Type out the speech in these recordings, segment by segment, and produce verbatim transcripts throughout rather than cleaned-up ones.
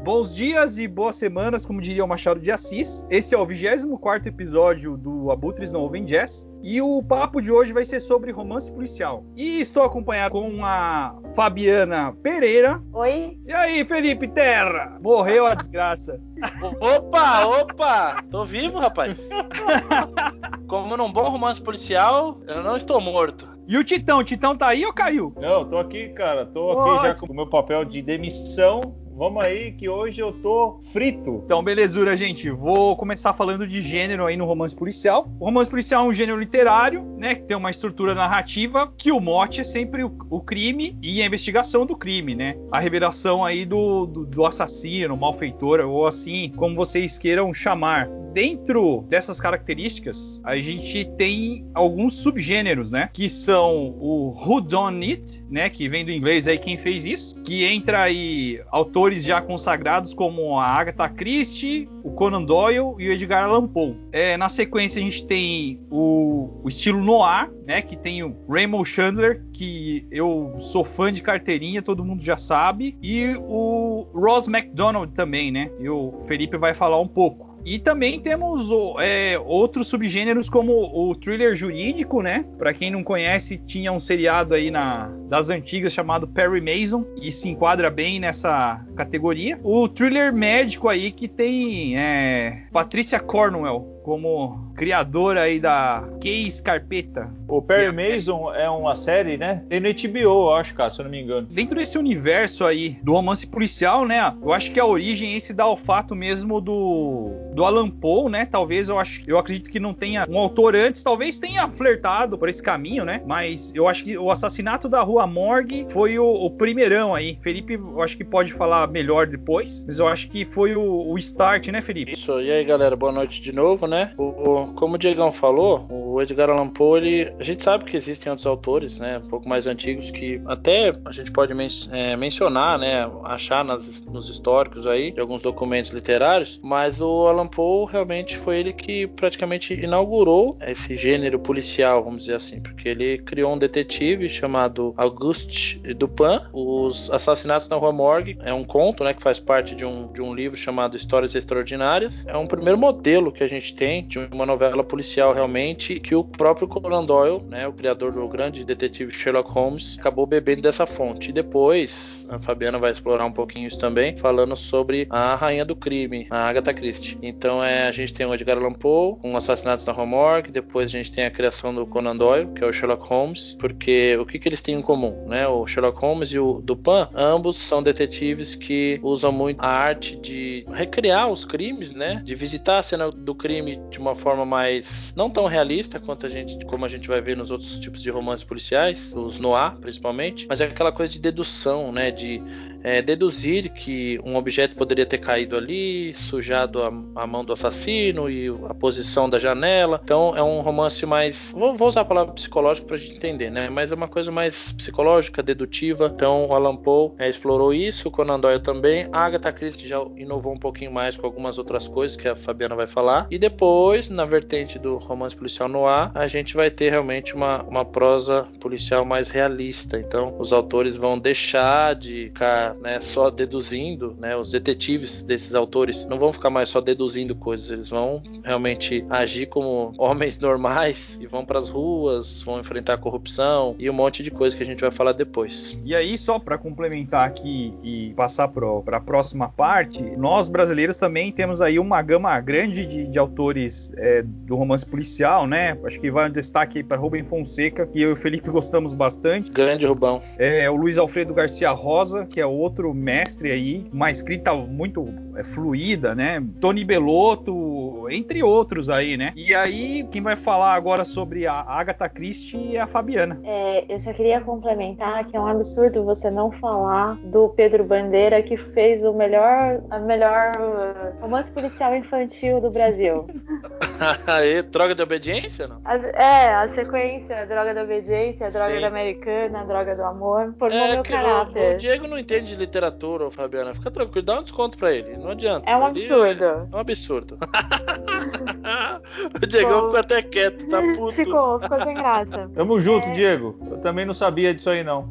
Bons dias e boas semanas, como diria o Machado de Assis. Esse é o vigésimo quarto episódio do Abutres Não Ouvem Jazz. E o papo de hoje vai ser sobre romance policial. E estou acompanhado com a Fabiana Pereira. Oi. E aí, Felipe Terra? Morreu a desgraça. Opa, opa! Tô vivo, rapaz. Como num bom romance policial, eu não estou morto. E o Titão? O Titão tá aí ou caiu? Não, tô aqui, cara. Tô aqui Ótimo. Já com o meu papel de demissão. Vamos aí, que hoje eu tô frito. Então, belezura, gente. Vou começar falando de gênero aí no romance policial. O romance policial é um gênero literário, né? Que tem uma estrutura narrativa, que o mote é sempre o, o crime e a investigação do crime, né? A revelação aí do, do, do assassino, malfeitor, ou assim, como vocês queiram chamar. Dentro dessas características, a gente tem alguns subgêneros, né? Que são o whodunit, né? Que vem do inglês aí, quem fez isso. Que entra aí autores já consagrados como a Agatha Christie, o Conan Doyle e o Edgar Allan Poe. É, na sequência, a gente tem o, o estilo noir, né? Que tem o Raymond Chandler, que eu sou fã de carteirinha, todo mundo já sabe. E o Ross MacDonald também, né? E o Felipe vai falar um pouco. E também temos é, outros subgêneros como o thriller jurídico, né? Para quem não conhece, tinha um seriado aí na, das antigas chamado Perry Mason e se enquadra bem nessa categoria. O thriller médico aí que tem é, Patricia Cornwell como criadora aí da Case Carpeta. O Perry Mason é uma série, né? Tem no H B O, eu acho, cara, se eu não me engano. Dentro desse universo aí do romance policial, né? Eu acho que a origem se dá ao fato mesmo do, do Allan Poe, né? Talvez eu acho, eu acredito que não tenha um autor antes, talvez tenha flertado por esse caminho, né? Mas eu acho que o Assassinato da Rua Morgue foi o, o primeirão aí. Felipe, eu acho que pode falar melhor depois, mas eu acho que foi o, o start, né, Felipe? Isso, e aí, galera, boa noite de novo, né? O, como o Diegão falou, o Edgar Allan Poe, ele, a gente sabe que existem outros autores, né, um pouco mais antigos, que até a gente pode men- é, mencionar, né, achar nas, nos históricos aí, de alguns documentos literários, mas o Allan Poe realmente foi ele que praticamente inaugurou esse gênero policial, vamos dizer assim, porque ele criou um detetive chamado Auguste Dupin. Os Assassinatos na Rua Morgue é um conto, né, que faz parte de um, de um livro chamado Histórias Extraordinárias. É um primeiro modelo que a gente tem de uma novela policial realmente, que o próprio Conan Doyle, né, o criador do grande detetive Sherlock Holmes, acabou bebendo dessa fonte. E depois, a Fabiana vai explorar um pouquinho isso também, falando sobre a rainha do crime, a Agatha Christie. Então é, a gente tem o Edgar Allan Poe, com Assassinatos na Rua Morgue, depois a gente tem a criação do Conan Doyle, que é o Sherlock Holmes, porque o que, que eles têm em comum, né? O Sherlock Holmes e o Dupin, ambos são detetives que usam muito a arte de recriar os crimes, né? De visitar a cena do crime de uma forma mais não tão realista quanto a gente, como a gente vai ver nos outros tipos de romances policiais, os noir principalmente, mas é aquela coisa de dedução, né, de é, deduzir que um objeto poderia ter caído ali, sujado a, a mão do assassino e a posição da janela. Então é um romance mais, vou, vou usar a palavra psicológico pra gente entender, né, mas é uma coisa mais psicológica, dedutiva. Então o Allan Poe é, explorou isso, o Conan Doyle também, a Agatha Christie já inovou um pouquinho mais com algumas outras coisas que a Fabiana vai falar, e depois na vertente do romance policial noir, a gente vai ter realmente uma, uma prosa policial mais realista. Então os autores vão deixar de ficar, né, só deduzindo, né, os detetives desses autores não vão ficar mais só deduzindo coisas, eles vão realmente agir como homens normais e vão para as ruas, vão enfrentar a corrupção e um monte de coisa que a gente vai falar depois. E aí, só para complementar aqui e passar para a próxima parte, nós brasileiros também temos aí uma gama grande de, de autores é, do romance policial, né? Acho que vai um destaque aí para Rubem Fonseca, que eu e o Felipe gostamos bastante. Grande Rubão. É o Luiz Alfredo Garcia Rosa, que é outro mestre aí, uma escrita muito é, fluida, né? Tony Bellotto, entre outros aí, né? E aí, quem vai falar agora sobre a Agatha Christie é a Fabiana. É, eu só queria complementar que é um absurdo você não falar do Pedro Bandeira, que fez o melhor, a melhor romance policial infantil do Brasil. Aí, droga de obediência, não? A, é, a sequência, a droga da obediência, a droga Sim. da americana, a droga do amor, formou é meu que caráter. O, o Diego não entende de literatura, ô Fabiana. Fica tranquilo, dá um desconto pra ele. Não adianta. É um Ele absurdo. É, é um absurdo. O Diego ficou até quieto, tá puto. Ficou, ficou sem graça. Tamo junto, É... Diego. Eu também não sabia disso aí, não.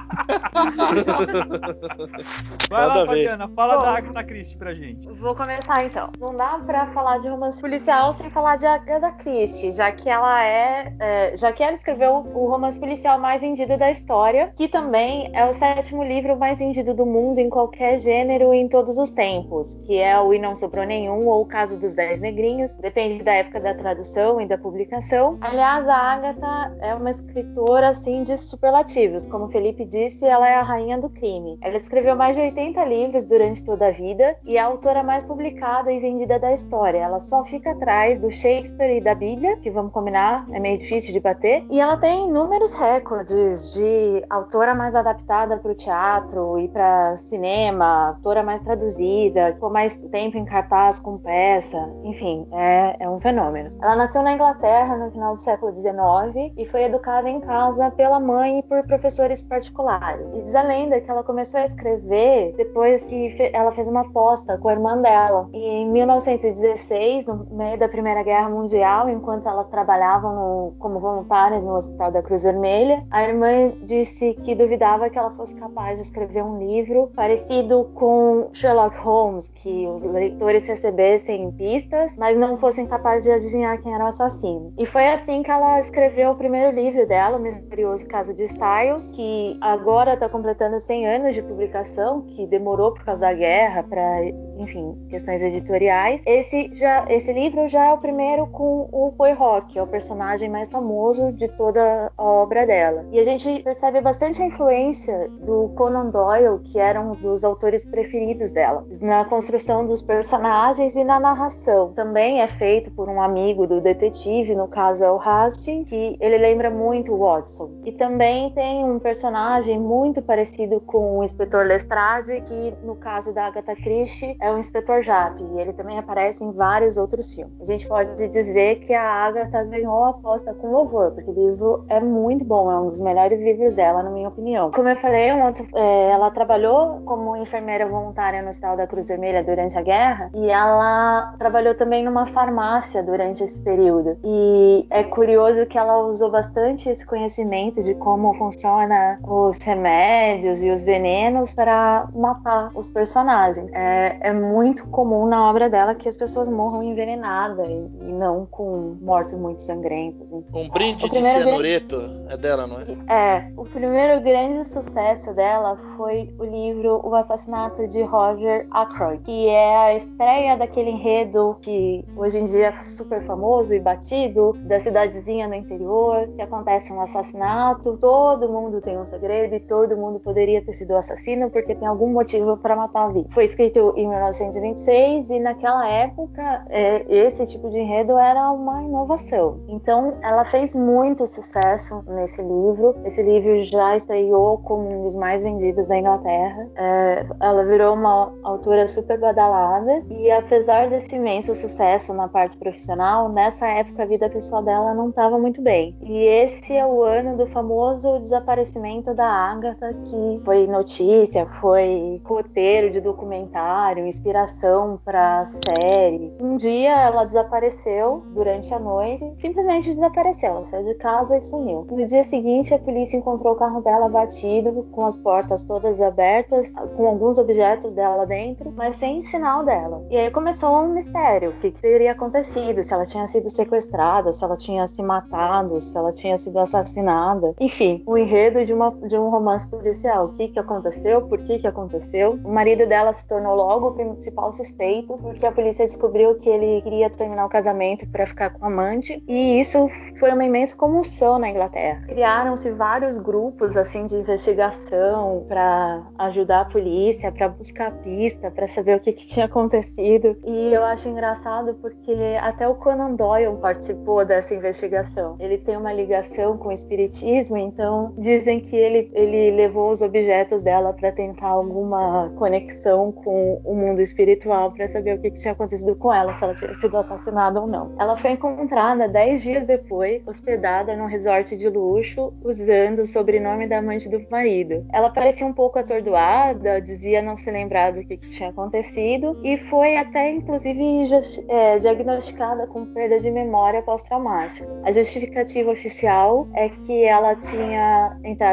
Vai Manda lá, ver. Fabiana, fala Bom. da Agatha Christie pra gente. Vou começar então. Não dá pra falar de romance policial sem falar de Agatha Christie, já que ela é, é, já que ela escreveu o romance policial mais vendido da história, que também é o sétimo livro mais vendido do mundo em qualquer gênero e em todos os tempos, que é o E Não Sobrou Nenhum ou O Caso dos Dez Negrinhos, depende da época da tradução e da publicação. Aliás, a Agatha é uma escritora assim de superlativos, como o Felipe disse, ela é a rainha do crime. Ela escreveu mais de oitenta livros durante toda a vida e é a autora mais publicada e vendida da história. Ela só fica atrás do Shakespeare e da Bíblia, que vamos combinar, é meio difícil de bater. E ela tem inúmeros recordes de autora mais adaptada para o teatro e para cinema, autora mais traduzida, ficou mais tempo em cartaz com peça. Enfim, é, é um fenômeno. Ela nasceu na Inglaterra no final do século dezenove e foi educada em casa pela mãe e por professores particulares. E diz a lenda que ela começou a escrever depois que fe- ela fez uma aposta com a irmã dela. E em mil novecentos e dezesseis, no meio da Primeira Guerra Mundial, enquanto elas trabalhavam no, como voluntárias no Hospital da Cruz Vermelha, a irmã disse que duvidava que ela fosse capaz de escrever um livro parecido com Sherlock Holmes, que os leitores recebessem pistas, mas não fossem capazes de adivinhar quem era o assassino. E foi assim que ela escreveu o primeiro livro dela, O Misterioso Caso de Styles, que agora está completando cem anos de publicação, que demorou por causa da guerra, para, enfim, questões editoriais. Esse, já, esse livro já é o primeiro com o Poirot, que é o personagem mais famoso de toda a obra dela. E a gente percebe bastante a influência do Conan Doyle, que era um dos autores preferidos dela, na construção dos personagens e na narração. Também é feito por um amigo do detetive, no caso é o Hastings, que ele lembra muito o Watson. E também tem um personagem muito parecido com o Inspetor Lestrade, que no caso da Agatha Christie é o Inspetor Japp, e ele também aparece em vários outros filmes. A gente pode dizer que a Agatha ganhou a aposta com louvor, porque o livro é muito bom, é um dos melhores livros dela, na minha opinião. Como eu falei, ela trabalhou como enfermeira voluntária no Hospital da Cruz Vermelha durante a guerra, e ela trabalhou também numa farmácia durante esse período. E é curioso que ela usou bastante esse conhecimento de como funciona os remédios e os venenos para matar os personagens. É, é muito comum na obra dela que as pessoas morram envenenadas e, e não com mortes muito sangrentas. Um brinde O de primeiro cianureto é dela, não é? É, o primeiro grande sucesso dela foi o livro O Assassinato de Roger Ackroyd, que é a estreia daquele enredo que hoje em dia é super famoso e batido, da cidadezinha no interior, que acontece um assassinato, todo mundo tem um segredo e todo mundo poderia ter sido o assassino porque tem algum motivo para matar a vida. Foi escrito em mil novecentos e vinte e seis e naquela época é, esse tipo de enredo era uma inovação. Então ela fez muito sucesso nesse livro. Esse livro já estreou como um dos mais vendidos da Inglaterra. É, ela virou uma autora super badalada e apesar desse imenso sucesso na parte profissional, nessa época a vida pessoal dela não estava muito bem. E esse é o ano do famoso desaparecimento da Agatha, que foi notícia, foi roteiro de documentário, inspiração para série. Um dia ela desapareceu durante a noite, simplesmente desapareceu. Ela saiu de casa e sumiu. No dia seguinte, a polícia encontrou o carro dela batido, com as portas todas abertas, com alguns objetos dela dentro, mas sem sinal dela. E aí começou um mistério. O que, que teria acontecido? Se ela tinha sido sequestrada, se ela tinha se matado, se ela tinha sido assassinada. Enfim, o enredo de, uma, de um romance policial. O que, que aconteceu? Por que, que aconteceu? O marido dela se tornou logo o principal suspeito, porque a polícia descobriu que ele queria terminar o casamento para ficar com a amante. E isso foi uma imensa comoção na Inglaterra. Criaram-se vários grupos assim de investigação para ajudar a polícia, para buscar pista, para saber o que, que tinha acontecido. E eu acho engraçado porque até o Conan Doyle participou dessa investigação. Ele tem uma ligação com o espiritismo, então dizem que ele, ele levou os objetos dela para tentar alguma conexão com o mundo espiritual, para saber o que, que tinha acontecido com ela, se ela tinha sido assassinada ou não. Ela foi encontrada dez dias depois, hospedada num resort de luxo, usando o sobrenome da amante do marido. Ela parecia um pouco atordoada, dizia não se lembrar do que, que tinha acontecido e foi até inclusive just, é, diagnosticada com perda de memória pós-traumática. A justificativa oficial é que ela tinha entrado em depressão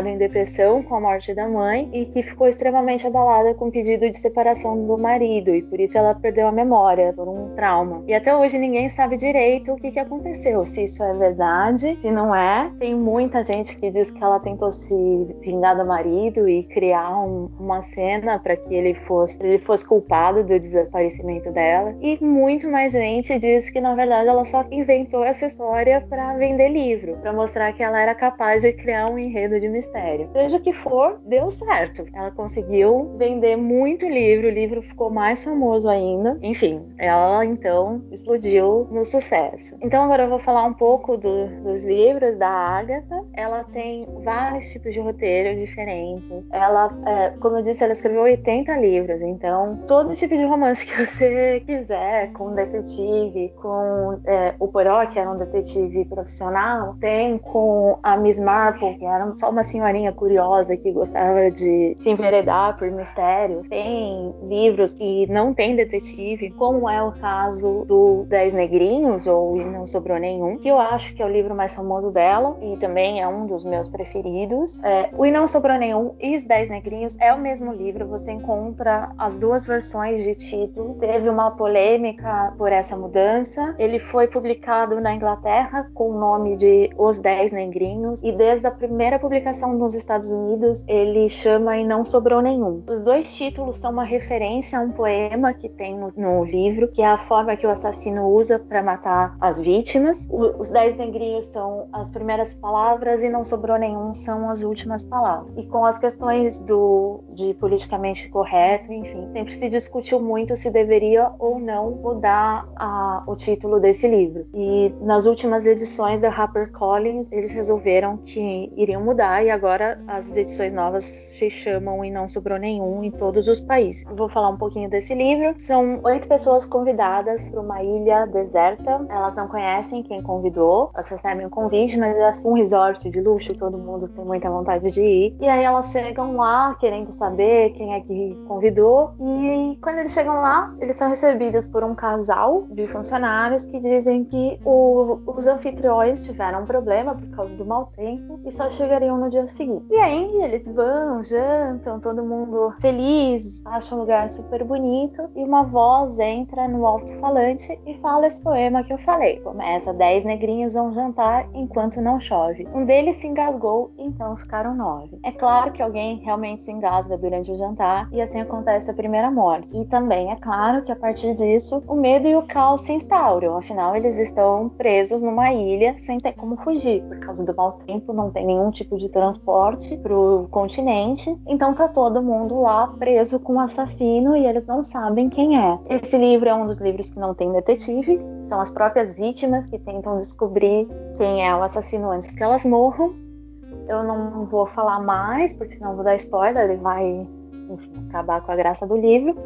depressão com a morte da mãe e que ficou extremamente abalada com o pedido de separação do marido, e por isso ela perdeu a memória por um trauma. E até hoje ninguém sabe direito o que, que aconteceu, se isso é verdade, se não é. Tem muita gente que diz que ela tentou se vingar do marido e criar um, uma cena para que ele fosse, ele fosse culpado do desaparecimento dela. E muito mais gente diz que na verdade ela só inventou essa história para vender livro, para mostrar que ela era capaz de criar um enredo de mistério. Seja o que for, deu certo. Ela conseguiu vender muito livro, o livro ficou mais famoso ainda. Enfim, ela então explodiu no sucesso. Então agora eu vou falar um pouco do, dos livros da Agatha. Ela tem vários tipos de roteiro diferentes. Ela, é, como eu disse, ela escreveu oitenta livros, então todo tipo de romance que você quiser, com detetive, com é, o Poirot, que era um detetive profissional, tem com a Miss Marple, que era só uma senhorinha curiosa que gostava de se enveredar por mistérios. Tem livros que não tem detetive, como é o caso do Dez Negrinhos, ou E Não Sobrou Nenhum, que eu acho que é o livro mais famoso dela e também é um dos meus preferidos. É, o E Não Sobrou Nenhum e Os Dez Negrinhos é o mesmo livro, você encontra as duas versões de título. Teve uma polêmica por essa mudança. Ele foi publicado na Inglaterra com o nome de Os Dez Negrinhos e desde a primeira publicação nos Estados Unidos ele chama E Não Sobrou Nenhum. Os dois títulos são uma referência a um poema que tem no, no livro, que é a forma que o assassino usa para matar as vítimas. O, os Dez Negrinhos são as primeiras palavras e Não Sobrou Nenhum são as últimas palavras. E com as questões do, de politicamente correto, enfim, sempre se discutiu muito se deveria ou não mudar a, o título desse livro. E nas últimas edições da HarperCollins, eles resolveram que iriam mudar e agora as edições novas se chamam E Não Sobrou Nenhum em todos os países. Vou falar um pouquinho desse livro. São oito pessoas convidadas para uma ilha deserta. Elas não conhecem quem convidou, elas recebem um convite, mas é um resort de luxo, todo mundo tem muita vontade de ir. E aí elas chegam lá querendo saber quem é que convidou, e quando eles chegam lá, eles são recebidos por um casal de funcionários que dizem que o, os anfitriões tiveram um problema por causa do mau tempo e só chegariam no dia seguinte. E aí eles vão, jantam, todo mundo feliz, acham um lugar super bonito, e uma voz entra no alto-falante e fala esse poema que eu falei. Começa: dez negrinhos vão jantar enquanto não chove. Um deles se engasgou, então ficaram nove. É claro que alguém realmente se engasga durante o jantar e assim acontece a primeira morte. E também é claro que a partir disso o medo e o caos se instauram. Afinal, eles estão presos numa ilha sem ter como fugir. Por causa do mau tempo, não tem nenhum tipo de transporte pro continente. Então tá todo mundo lá preso com o assassino e eles não sabem quem é. Esse livro é um dos livros que não tem detetive. São as próprias vítimas que tentam descobrir quem é o assassino antes que elas morram. Eu não vou falar mais, porque senão vou dar spoiler, ele vai, enfim, acabar com a graça do livro.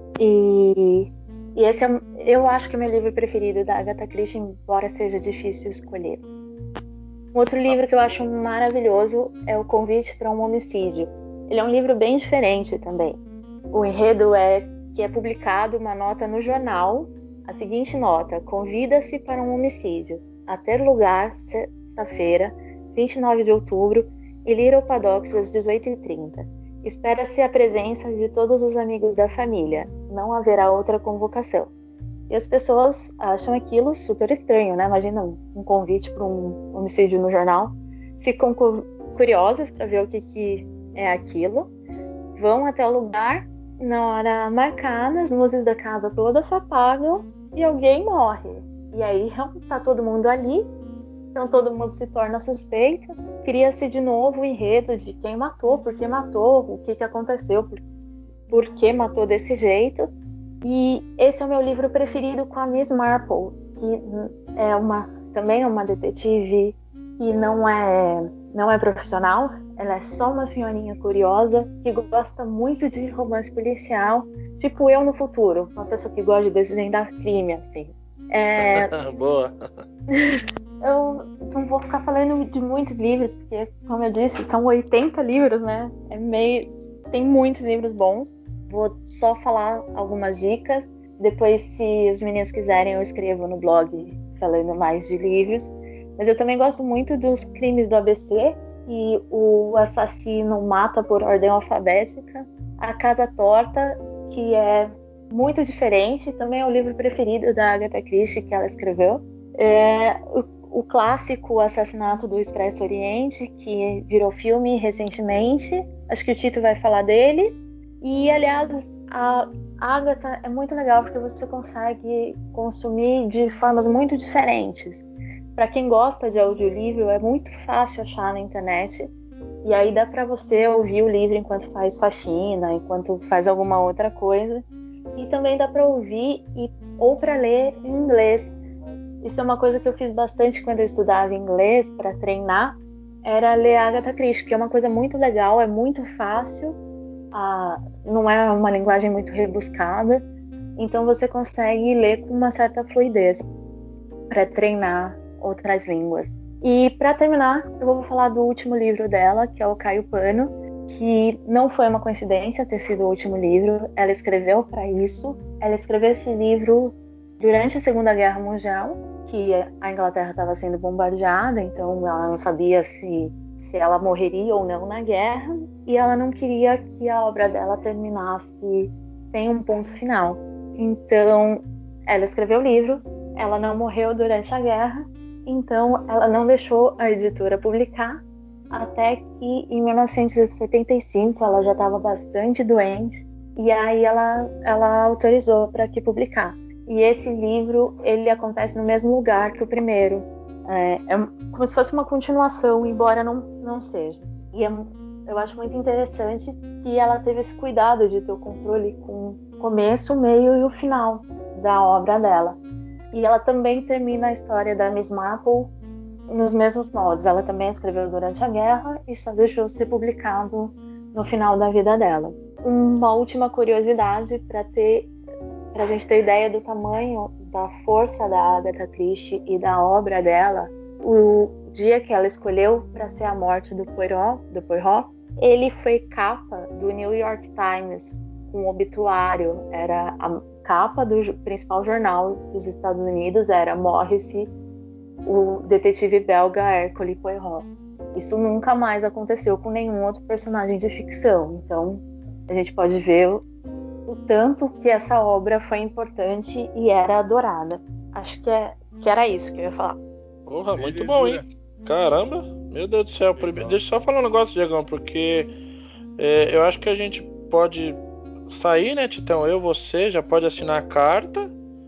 E, e esse é, eu acho que é o meu livro preferido da Agatha Christie, embora seja difícil escolher. Um outro livro que eu acho maravilhoso é O Convite para um Homicídio. Ele é um livro bem diferente também. O enredo é que é publicado uma nota no jornal, a seguinte nota: convida-se para um homicídio, a ter lugar sexta-feira, vinte e nove de outubro, em Little Paddocks às dezoito e trinta. Espera-se a presença de todos os amigos da família. Não haverá outra convocação. E as pessoas acham aquilo super estranho, né? Imagina um convite para um homicídio no jornal. Ficam curiosas para ver o que, que é aquilo. Vão até o lugar. Na hora marcada, as luzes da casa todas se apagam e alguém morre. E aí tá todo mundo ali. Então todo mundo se torna suspeito, cria-se de novo o enredo de quem matou, por que matou, o que, que aconteceu, por, por que matou desse jeito. E esse é o meu livro preferido com a Miss Marple, que é uma, também é uma detetive que não é, não é profissional, ela é só uma senhorinha curiosa que gosta muito de romance policial, tipo eu no futuro, uma pessoa que gosta de desvendar crime, assim. É... Boa. Eu não vou ficar falando de muitos livros, porque, como eu disse, são oitenta livros, né? É meio... Tem muitos livros bons. Vou só falar algumas dicas. Depois, se os meninos quiserem, eu escrevo no blog falando mais de livros. Mas eu também gosto muito dos Crimes do A B C, que o assassino mata por ordem alfabética, A Casa Torta, que é muito diferente, também é o livro preferido da Agatha Christie que ela escreveu. É, o, o clássico Assassinato do Expresso Oriente, que virou filme recentemente, acho que o Tito vai falar dele. E, aliás, a Agatha é muito legal porque você consegue consumir de formas muito diferentes. Para quem gosta de audiolivro, é muito fácil achar na internet. E aí dá para você ouvir o livro enquanto faz faxina, enquanto faz alguma outra coisa. E também dá para ouvir e, ou para ler em inglês. Isso é uma coisa que eu fiz bastante quando eu estudava inglês para treinar, era ler Agatha Christie, que é uma coisa muito legal, é muito fácil, ah, não é uma linguagem muito rebuscada, então você consegue ler com uma certa fluidez para treinar outras línguas. E para terminar, eu vou falar do último livro dela, que é o Caio Pano, que não foi uma coincidência ter sido o último livro. Ela escreveu para isso. Ela escreveu esse livro durante a Segunda Guerra Mundial, que a Inglaterra estava sendo bombardeada, então ela não sabia se, se ela morreria ou não na guerra, e ela não queria que a obra dela terminasse sem um ponto final. Então, ela escreveu o livro, ela não morreu durante a guerra, então ela não deixou a editora publicar, até que em mil novecentos e setenta e cinco ela já estava bastante doente, e aí ela, ela autorizou para que publicasse. E esse livro, ele acontece no mesmo lugar que o primeiro. É, é como se fosse uma continuação, embora não, não seja. E é, eu acho muito interessante que ela teve esse cuidado de ter o controle com o começo, o meio e o final da obra dela. E ela também termina a história da Miss Marple nos mesmos moldes. Ela também escreveu durante a guerra e só deixou ser publicado no final da vida dela. Uma última curiosidade para ter Para a gente ter ideia do tamanho, da força da Agatha Christie e da obra dela, o dia que ela escolheu para ser a morte do Poirot, do Poirot, ele foi capa do New York Times, com um obituário. Era a capa do principal jornal dos Estados Unidos, era morre-se o detetive belga Hercule Poirot. Isso nunca mais aconteceu com nenhum outro personagem de ficção. Então, a gente pode ver o tanto que essa obra foi importante e era adorada. Acho que, é, que era isso que eu ia falar. Porra, muito bom, hein? Caramba, meu Deus do céu. Prime... Deixa eu só falar um negócio, Diegão, porque é, eu acho que a gente pode sair, né, Titão? Eu, você, já pode assinar a carta,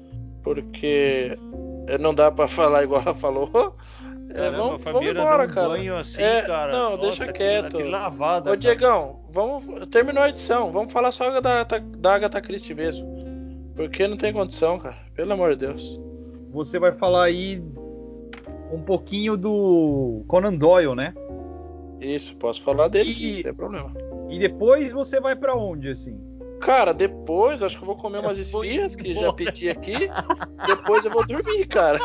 porque não dá pra falar igual ela falou. É, Caramba, vamos, a vamos Fabiana embora, deu um cara. banho assim, É, cara. não, Nossa, deixa que, quieto. que lavada, Ô, cara. Diegão, vamos, terminou a edição. Vamos falar só da, da Agatha Christie mesmo. Porque não tem condição, cara. Pelo amor de Deus. Você vai falar aí um pouquinho do Conan Doyle, né? Isso, posso falar dele e, sim, não tem problema. E depois você vai pra onde, assim? Cara, depois acho que eu vou comer umas esfias que já pedi aqui. Depois eu vou dormir, cara.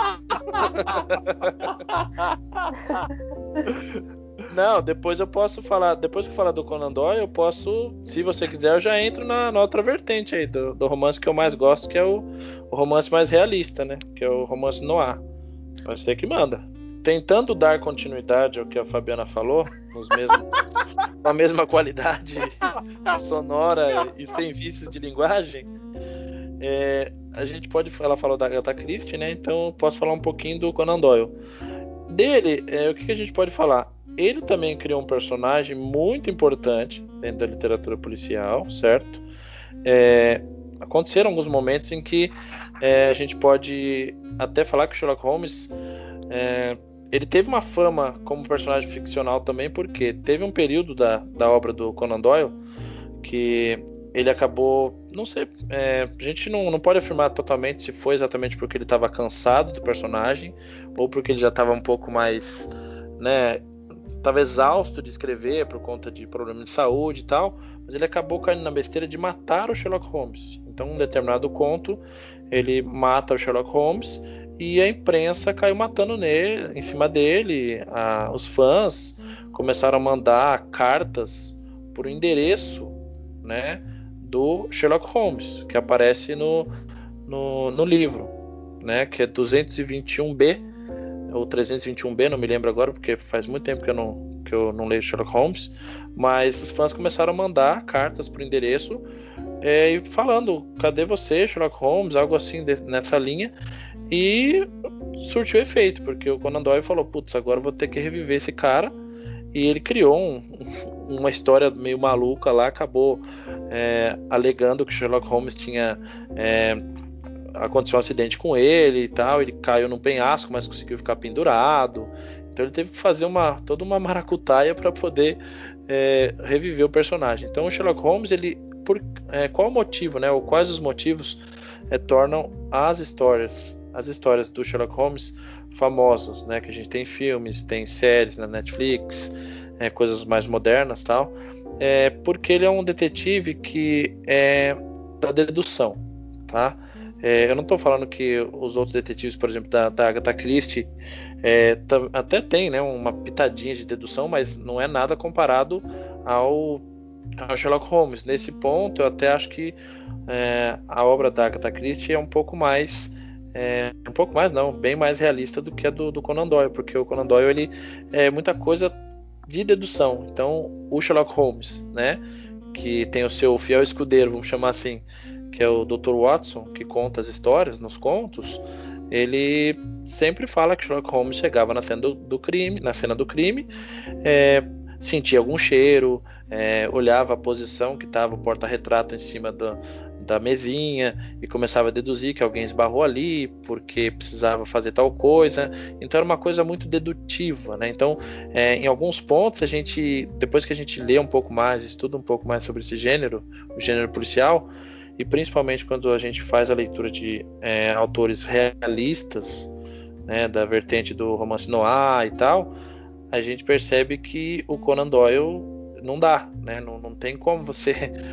Não, depois eu posso falar. Depois que eu falar do Conan Doyle, eu posso, se você quiser, eu já entro na, na outra vertente aí do, do romance que eu mais gosto, que é o, o romance mais realista, né? Que é o romance noir. Você que manda. Tentando dar continuidade ao que a Fabiana falou, nos mesmos, com a mesma qualidade sonora e sem vícios de linguagem, é, a gente pode. Ela falou da Agatha Christie, né? Então eu posso falar um pouquinho do Conan Doyle. Dele, é, o que a gente pode falar? Ele também criou um personagem muito importante dentro da literatura policial, certo? É, aconteceram alguns momentos em que é, a gente pode até falar que Sherlock Holmes é, ele teve uma fama como personagem ficcional também, porque teve um período da, da obra do Conan Doyle que ele acabou, não sei, é, a gente não, não pode afirmar totalmente se foi exatamente porque ele estava cansado do personagem ou porque ele já estava um pouco mais, né, estava exausto de escrever por conta de problemas de saúde e tal, mas ele acabou caindo na besteira de matar o Sherlock Holmes. Então, em um determinado conto, ele mata o Sherlock Holmes e a imprensa caiu matando nele, em cima dele. A, os fãs começaram a mandar cartas por um endereço, né, do Sherlock Holmes, que aparece no, no, no livro, né, que é duzentos e vinte e um B ou trezentos e vinte e um B, não me lembro agora, porque faz muito tempo que eu não, porque eu não leio Sherlock Holmes, mas os fãs começaram a mandar cartas pro endereço é, e falando, cadê você, Sherlock Holmes, algo assim de, nessa linha, e surtiu efeito, porque o Conan Doyle falou, putz, agora eu vou ter que reviver esse cara, e ele criou um, uma história meio maluca lá, acabou é, alegando que Sherlock Holmes tinha é, aconteceu um acidente com ele e tal, ele caiu num penhasco, mas conseguiu ficar pendurado, então ele teve que fazer uma, toda uma maracutaia para poder é, reviver o personagem. Então o Sherlock Holmes, ele, por é, qual o motivo, né, ou quais os motivos é, tornam as histórias as histórias do Sherlock Holmes famosas, né, que a gente tem filmes, tem séries na Netflix, é, coisas mais modernas, tal, é porque ele é um detetive que é da dedução, tá? É, eu não estou falando que os outros detetives, por exemplo, da, da Agatha Christie, é, tam, até tem, né, uma pitadinha de dedução, mas não é nada comparado ao, ao Sherlock Holmes. Nesse ponto, eu até acho que é, a obra da Agatha Christie é um pouco mais é, um pouco mais não, bem mais realista do que a do, do Conan Doyle, porque o Conan Doyle, ele é muita coisa de dedução. Então o Sherlock Holmes, né, que tem o seu fiel escudeiro, vamos chamar assim, que é o doutor Watson, que conta as histórias nos contos, ele sempre fala que Sherlock Holmes chegava na cena do, do crime, na cena do crime, é, sentia algum cheiro, é, olhava a posição que estava o porta-retrato em cima da, da mesinha e começava a deduzir que alguém esbarrou ali porque precisava fazer tal coisa. Então era uma coisa muito dedutiva, né? Então, é, em alguns pontos, a gente, depois que a gente lê um pouco mais, estuda um pouco mais sobre esse gênero, o gênero policial, e principalmente quando a gente faz a leitura de é, autores realistas, né, da vertente do romance noir e tal, a gente percebe que o Conan Doyle não dá, né? Não, não tem como você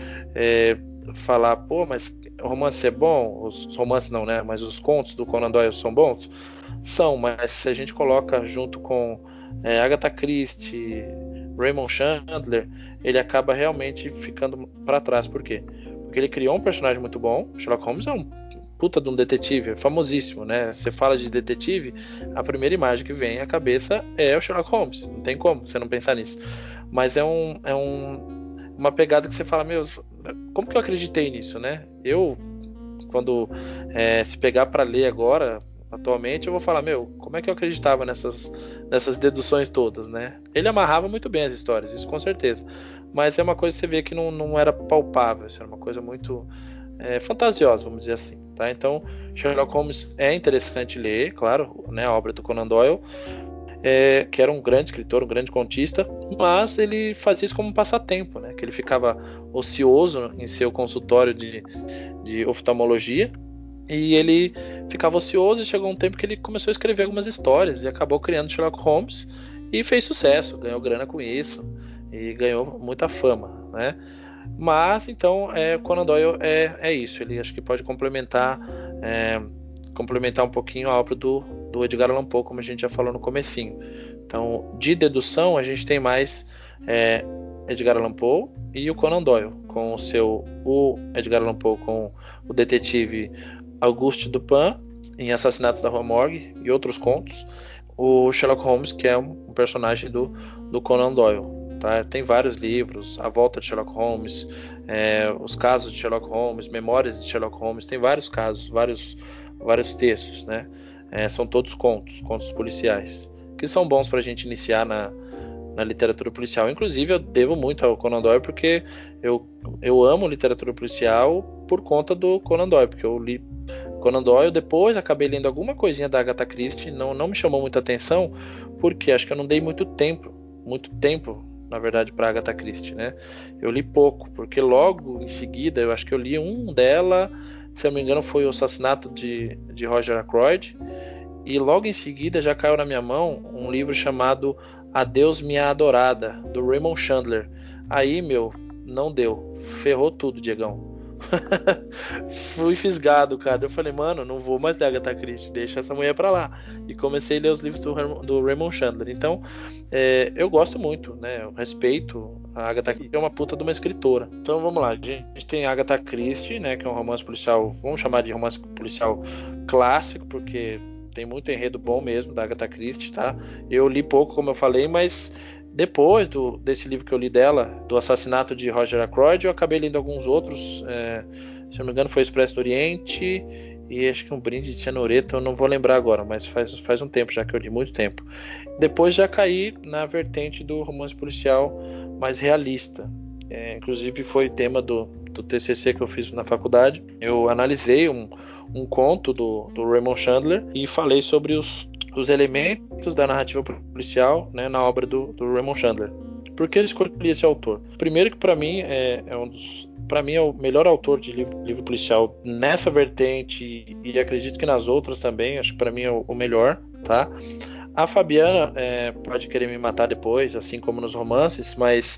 é, falar, pô, mas o romance é bom, os romances não, né? Mas os contos do Conan Doyle são bons? São, mas se a gente coloca junto com é, Agatha Christie, Raymond Chandler, ele acaba realmente ficando para trás. Por quê? Porque ele criou um personagem muito bom. Sherlock Holmes é um puta de um detetive, é famosíssimo, né? Você fala de detetive, a primeira imagem que vem à cabeça é o Sherlock Holmes. Não tem como você não pensar nisso. Mas é um, é um, uma pegada que você fala, meu, como que eu acreditei nisso, né? Eu, quando é, se pegar para ler agora, atualmente, eu vou falar, meu, como é que eu acreditava nessas, nessas deduções todas, né? Ele amarrava muito bem as histórias, isso com certeza. Mas é uma coisa que você vê que não, não era palpável, isso era uma coisa muito é, fantasiosa, vamos dizer assim, tá? Então, Sherlock Holmes é interessante ler, claro, né, a obra do Conan Doyle, é, que era um grande escritor, um grande contista, mas ele fazia isso como um passatempo, né? Que ele ficava ocioso em seu consultório de, de oftalmologia, e ele ficava ocioso e chegou um tempo que ele começou a escrever algumas histórias e acabou criando Sherlock Holmes e fez sucesso, ganhou grana com isso e ganhou muita fama, né? Mas então é, Conan Doyle é, é isso, ele acho que pode complementar é, complementar um pouquinho a obra do, do Edgar Allan Poe, como a gente já falou no comecinho. Então, de dedução, a gente tem mais é, Edgar Allan Poe e o Conan Doyle, com o seu o Edgar Allan Poe com o detetive Auguste Dupin em Assassinatos da Rua Morgue e outros contos, o Sherlock Holmes, que é um personagem do, do Conan Doyle. Tá? Tem vários livros, A Volta de Sherlock Holmes, é, Os Casos de Sherlock Holmes, Memórias de Sherlock Holmes, tem vários casos, vários, vários textos, né? É, são todos contos, contos policiais, que são bons para a gente iniciar na, na literatura policial. Inclusive, eu devo muito ao Conan Doyle, porque eu, eu amo literatura policial por conta do Conan Doyle, porque eu li Conan Doyle, depois acabei lendo alguma coisinha da Agatha Christie, não, não me chamou muita atenção, porque acho que eu não dei muito tempo, muito tempo, na verdade, para Agatha Christie, né? Eu li pouco, porque logo em seguida, eu acho que eu li um dela, se eu não me engano, foi o Assassinato de, de Roger Ackroyd, e logo em seguida já caiu na minha mão um livro chamado Adeus Minha Adorada, do Raymond Chandler. Aí, meu, não deu, ferrou tudo, Diegão. Fui fisgado, cara. Eu falei, mano, não vou mais ler Agatha Christie, deixa essa mulher pra lá. E comecei a ler os livros do, do Raymond Chandler. Então, é, eu gosto muito, né? Eu respeito. A Agatha Christie é uma puta de uma escritora. Então, vamos lá. A gente tem a Agatha Christie, né? Que é um romance policial, vamos chamar de romance policial clássico, porque tem muito enredo bom mesmo da Agatha Christie, tá? Eu li pouco, como eu falei, mas depois do, desse livro que eu li dela, do assassinato de Roger Ackroyd, eu acabei lendo alguns outros, é, se não me engano foi Expresso do Oriente e acho que um Brinde de Cianureto, eu não vou lembrar agora, mas faz, faz um tempo já que eu li, muito tempo. Depois já caí na vertente do romance policial mais realista. É, inclusive foi tema do, do T C C que eu fiz na faculdade. Eu analisei um, um conto do, do Raymond Chandler e falei sobre os, os elementos da narrativa policial, né, na obra do, do Raymond Chandler. Por que eu escolhi esse autor? Primeiro que para mim é, é um dos para mim é o melhor autor de livro, livro policial nessa vertente e, e acredito que nas outras também. Acho que para mim é o, o melhor, tá? A Fabiana é, pode querer me matar depois, assim como nos romances, mas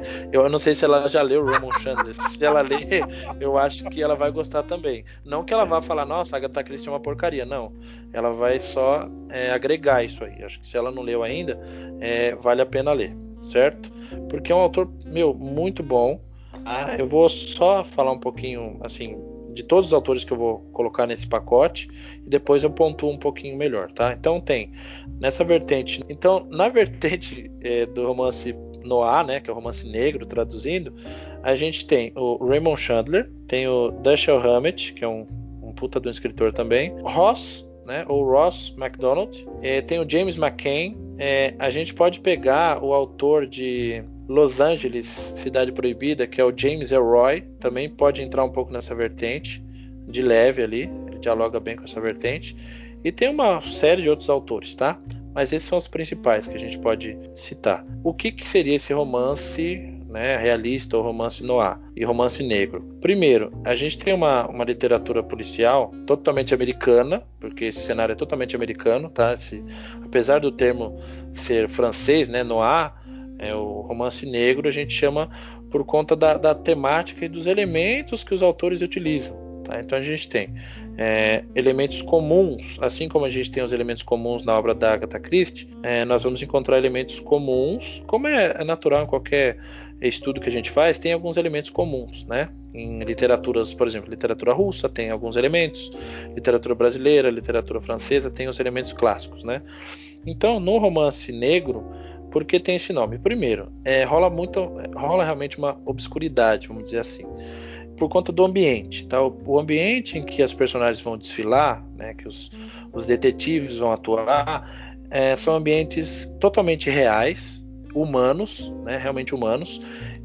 eu não sei se ela já leu o Raymond Chandler. Se ela ler, eu acho que ela vai gostar também. Não que ela vá falar, nossa, a Agatha Christie é uma porcaria, não. Ela vai só é, agregar isso aí. Acho que se ela não leu ainda, é, vale a pena ler, certo? Porque é um autor, meu, muito bom. Ah, eu vou só falar um pouquinho, assim, de todos os autores que eu vou colocar nesse pacote e depois eu pontuo um pouquinho melhor, tá? Então tem nessa vertente, então na vertente é, do romance noir, né, que é o romance negro traduzindo, a gente tem o Raymond Chandler, tem o Dashiell Hammett, que é um, um puta de um escritor também, Ross, né, ou Ross MacDonald, é, tem o James McCain, é, a gente pode pegar o autor de Los Angeles, Cidade Proibida, que é o James Ellroy, também pode entrar um pouco nessa vertente, de leve ali, ele dialoga bem com essa vertente. E tem uma série de outros autores, tá? Mas esses são os principais que a gente pode citar. O que, que seria esse romance, né, realista ou romance noir e romance negro? Primeiro, a gente tem uma, uma literatura policial totalmente americana, porque esse cenário é totalmente americano, tá? Esse, apesar do termo ser francês, né, noir, é, o romance negro a gente chama por conta da, da temática e dos elementos que os autores utilizam, tá? Então a gente tem é, elementos comuns, assim como a gente tem os elementos comuns na obra da Agatha Christie, é, nós vamos encontrar elementos comuns, como é, é natural em qualquer estudo que a gente faz, tem alguns elementos comuns, né? Em literaturas, por exemplo, literatura russa tem alguns elementos, literatura brasileira, literatura francesa tem os elementos clássicos, né? Então no romance negro, por que tem esse nome? Primeiro, é, rola muito, rola realmente uma obscuridade, vamos dizer assim, por conta do ambiente, tá? O ambiente em que as personagens vão desfilar, né, que os, os detetives vão atuar, é, são ambientes totalmente reais, humanos, né, realmente humanos,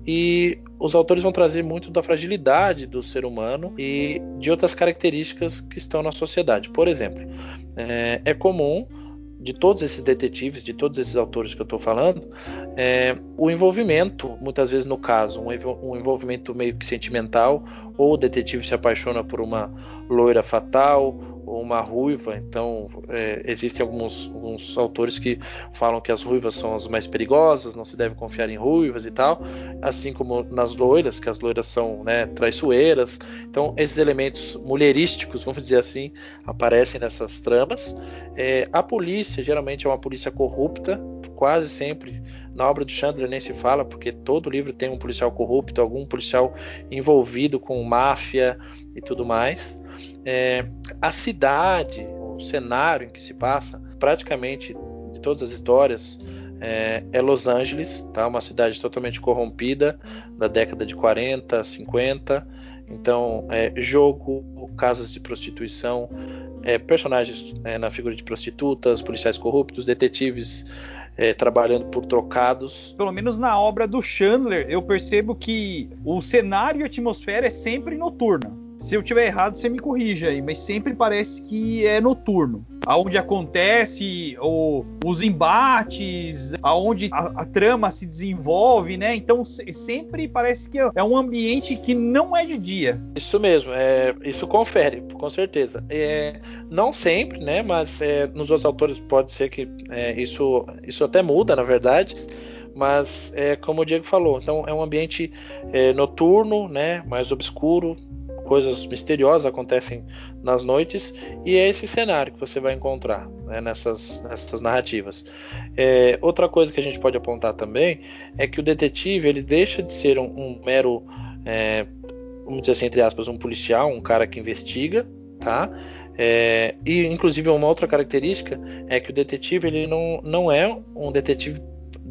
e os autores vão trazer muito da fragilidade do ser humano e de outras características que estão na sociedade. Por exemplo, é, é comum de todos esses detetives, de todos esses autores que eu estou falando, é, o envolvimento, muitas vezes no caso, um, um envolvimento meio que sentimental, ou o detetive se apaixona por uma loira fatal, ou uma ruiva. Então é, existem alguns, alguns autores que falam que as ruivas são as mais perigosas, não se deve confiar em ruivas e tal, assim como nas loiras, que as loiras são, né, traiçoeiras. Então esses elementos mulherísticos, vamos dizer assim, aparecem nessas tramas. É, a polícia geralmente é uma polícia corrupta, quase sempre. Na obra do Chandler nem se fala, porque todo livro tem um policial corrupto, algum policial envolvido com máfia e tudo mais. É, a cidade, o cenário em que se passa, praticamente de todas as histórias, é, é Los Angeles, tá? Uma cidade totalmente corrompida, da década de quarenta, cinquenta. Então, é, jogo, casas de prostituição, é, personagens é, na figura de prostitutas, policiais corruptos, detetives é, trabalhando por trocados. Pelo menos na obra do Chandler, eu percebo que o cenário e a atmosfera é sempre noturna. Se eu tiver errado, você me corrija aí, mas sempre parece que é noturno. Aonde acontece o, os embates, aonde a, a trama se desenvolve, né? Então se, sempre parece que é um ambiente que não é de dia. Isso mesmo, é, isso confere, com certeza. É, não sempre, né? Mas é, nos outros autores pode ser que é, isso, isso até muda, na verdade. Mas é como o Diego falou, então é um ambiente é, noturno, né? Mais obscuro. Coisas misteriosas acontecem nas noites, e é esse cenário que você vai encontrar, né, nessas, nessas narrativas. É, outra coisa que a gente pode apontar também é que o detetive ele deixa de ser um, um mero, é, vamos dizer assim, entre aspas, um policial, um cara que investiga, tá? É, e inclusive uma outra característica é que o detetive ele não, não é um detetive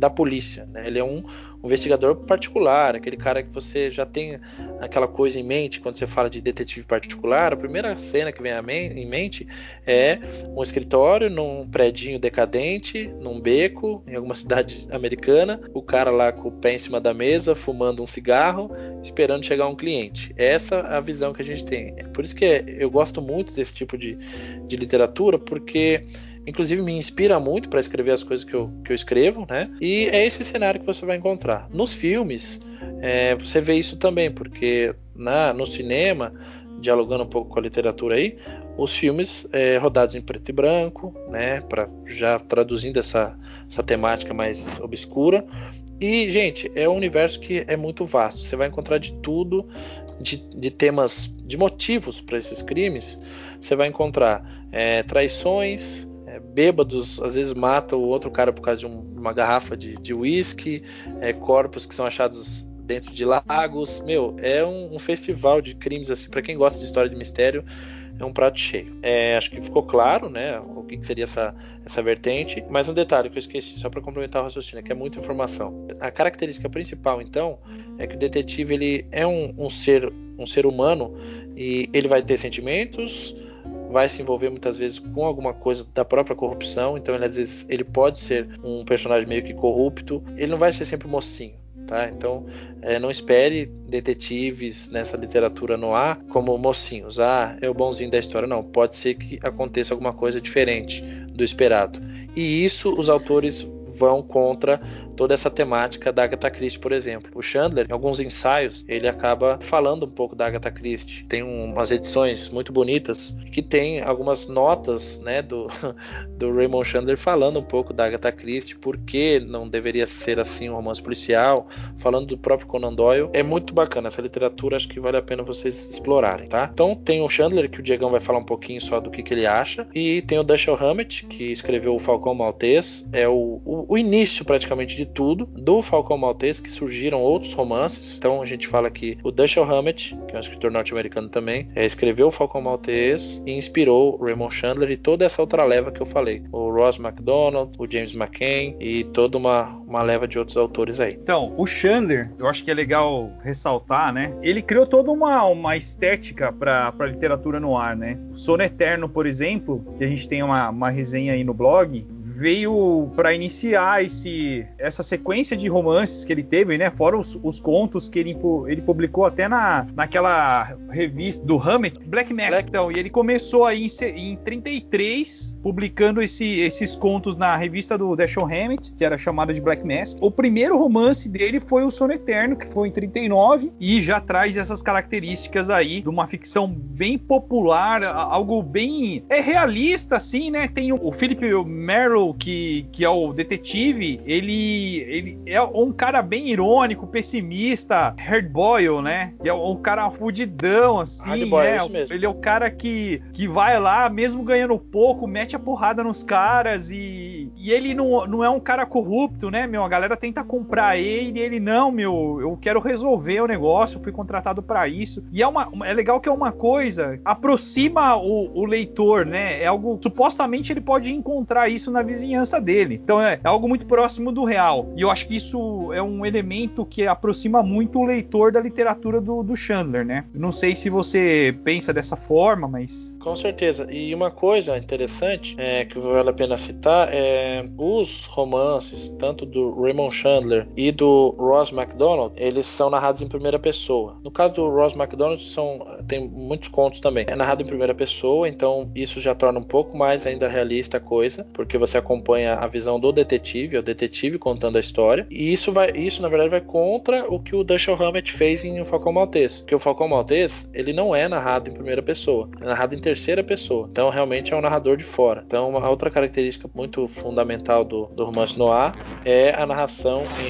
da polícia, né? Ele é um investigador particular, aquele cara que você já tem aquela coisa em mente quando você fala de detetive particular. A primeira cena que vem em mente é um escritório num predinho decadente, num beco, em alguma cidade americana, o cara lá com o pé em cima da mesa, fumando um cigarro, esperando chegar um cliente. Essa é a visão que a gente tem. Por isso que eu gosto muito desse tipo de, de literatura, porque inclusive me inspira muito para escrever as coisas que eu, que eu escrevo, né? E é esse cenário que você vai encontrar. Nos filmes, é, você vê isso também, porque na, no cinema, dialogando um pouco com a literatura aí, os filmes é, rodados em preto e branco, né? Pra, já traduzindo essa, essa temática mais obscura. E, gente, é um universo que é muito vasto. Você vai encontrar de tudo, de, de temas, de motivos para esses crimes. Você vai encontrar é, traições, é, bêbados, às vezes matam o outro cara por causa de um, uma garrafa de uísque, é, corpos que são achados dentro de lagos. Meu, é um, um festival de crimes, assim, para quem gosta de história de mistério, é um prato cheio. É, acho que ficou claro, né, o que seria essa, essa vertente. Mas um detalhe que eu esqueci, só para complementar o raciocínio, que é muita informação. A característica principal, então, é que o detetive ele é um, um, ser, um ser humano e ele vai ter sentimentos, vai se envolver muitas vezes com alguma coisa da própria corrupção. Então, ele, às vezes, ele pode ser um personagem meio que corrupto. Ele não vai ser sempre mocinho. Tá? Então, é, não espere detetives nessa literatura noir como mocinhos. Ah, é o bonzinho da história. Não, pode ser que aconteça alguma coisa diferente do esperado. E isso os autores vão contra toda essa temática da Agatha Christie, por exemplo. O Chandler, em alguns ensaios, ele acaba falando um pouco da Agatha Christie. Tem umas edições muito bonitas que tem algumas notas, né, do, do Raymond Chandler falando um pouco da Agatha Christie, por que não deveria ser assim um romance policial, falando do próprio Conan Doyle. É muito bacana essa literatura, acho que vale a pena vocês explorarem, tá? Então tem o Chandler, que o Diegão vai falar um pouquinho só do que, que ele acha, e tem o Dashiell Hammett, que escreveu o Falcão Maltês. É o, o, o início praticamente de tudo do Falcão Maltês, que surgiram outros romances. Então a gente fala que o Dashiell Hammett, que é um escritor norte-americano também, é, escreveu o Falcão Maltês e inspirou o Raymond Chandler e toda essa outra leva que eu falei, o Ross MacDonald, o James McCain e toda uma, uma leva de outros autores aí. Então, o Chandler, eu acho que é legal ressaltar, né? Ele criou toda uma, uma estética para a literatura no ar, né? O Sono Eterno, por exemplo, que a gente tem uma, uma resenha aí no blog, veio para iniciar esse, essa sequência de romances que ele teve, né? Fora os, os contos que ele, ele publicou até na, naquela revista do Hammett, Black Mask. Black. Então, e ele começou aí em, em trinta e três, publicando esse, esses contos na revista do Dashiell Hammett, que era chamada de Black Mask. O primeiro romance dele foi o Sono Eterno, que foi em trinta e nove, e já traz essas características aí de uma ficção bem popular, algo bem é realista, assim, né? Tem o, o Philip Merrill, Que, que é o detetive, ele, ele é um cara bem irônico, pessimista, hard boil, né? Que é um cara fudidão, assim, boy, né? é isso mesmo. Ele é o cara que, que vai lá, mesmo ganhando pouco, mete a porrada nos caras e, e ele não, não é um cara corrupto, né, meu? A galera tenta comprar ele e ele, não, meu, eu quero resolver o negócio, eu fui contratado pra isso. E é, uma, é legal que é uma coisa, aproxima o, o leitor, né? É algo, supostamente ele pode encontrar isso na vizinhança dele. Então é, é algo muito próximo do real. E eu acho que isso é um elemento que aproxima muito o leitor da literatura do, do Chandler, né? Não sei se você pensa dessa forma, mas... Com certeza. E uma coisa interessante é, que vale a pena citar é os romances, tanto do Raymond Chandler e do Ross MacDonald, eles são narrados em primeira pessoa. No caso do Ross MacDonald, são, tem muitos contos também. É narrado em primeira pessoa, então isso já torna um pouco mais ainda realista a coisa, porque você acompanha a visão do detetive, é o detetive contando a história, e isso, vai, isso na verdade vai contra o que o Dashiell Hammett fez em O Falcão Maltês, porque o Falcão Maltês, ele não é narrado em primeira pessoa, é narrado em terceira pessoa, então realmente é um narrador de fora. Então uma outra característica muito fundamental do, do romance noir é a narração em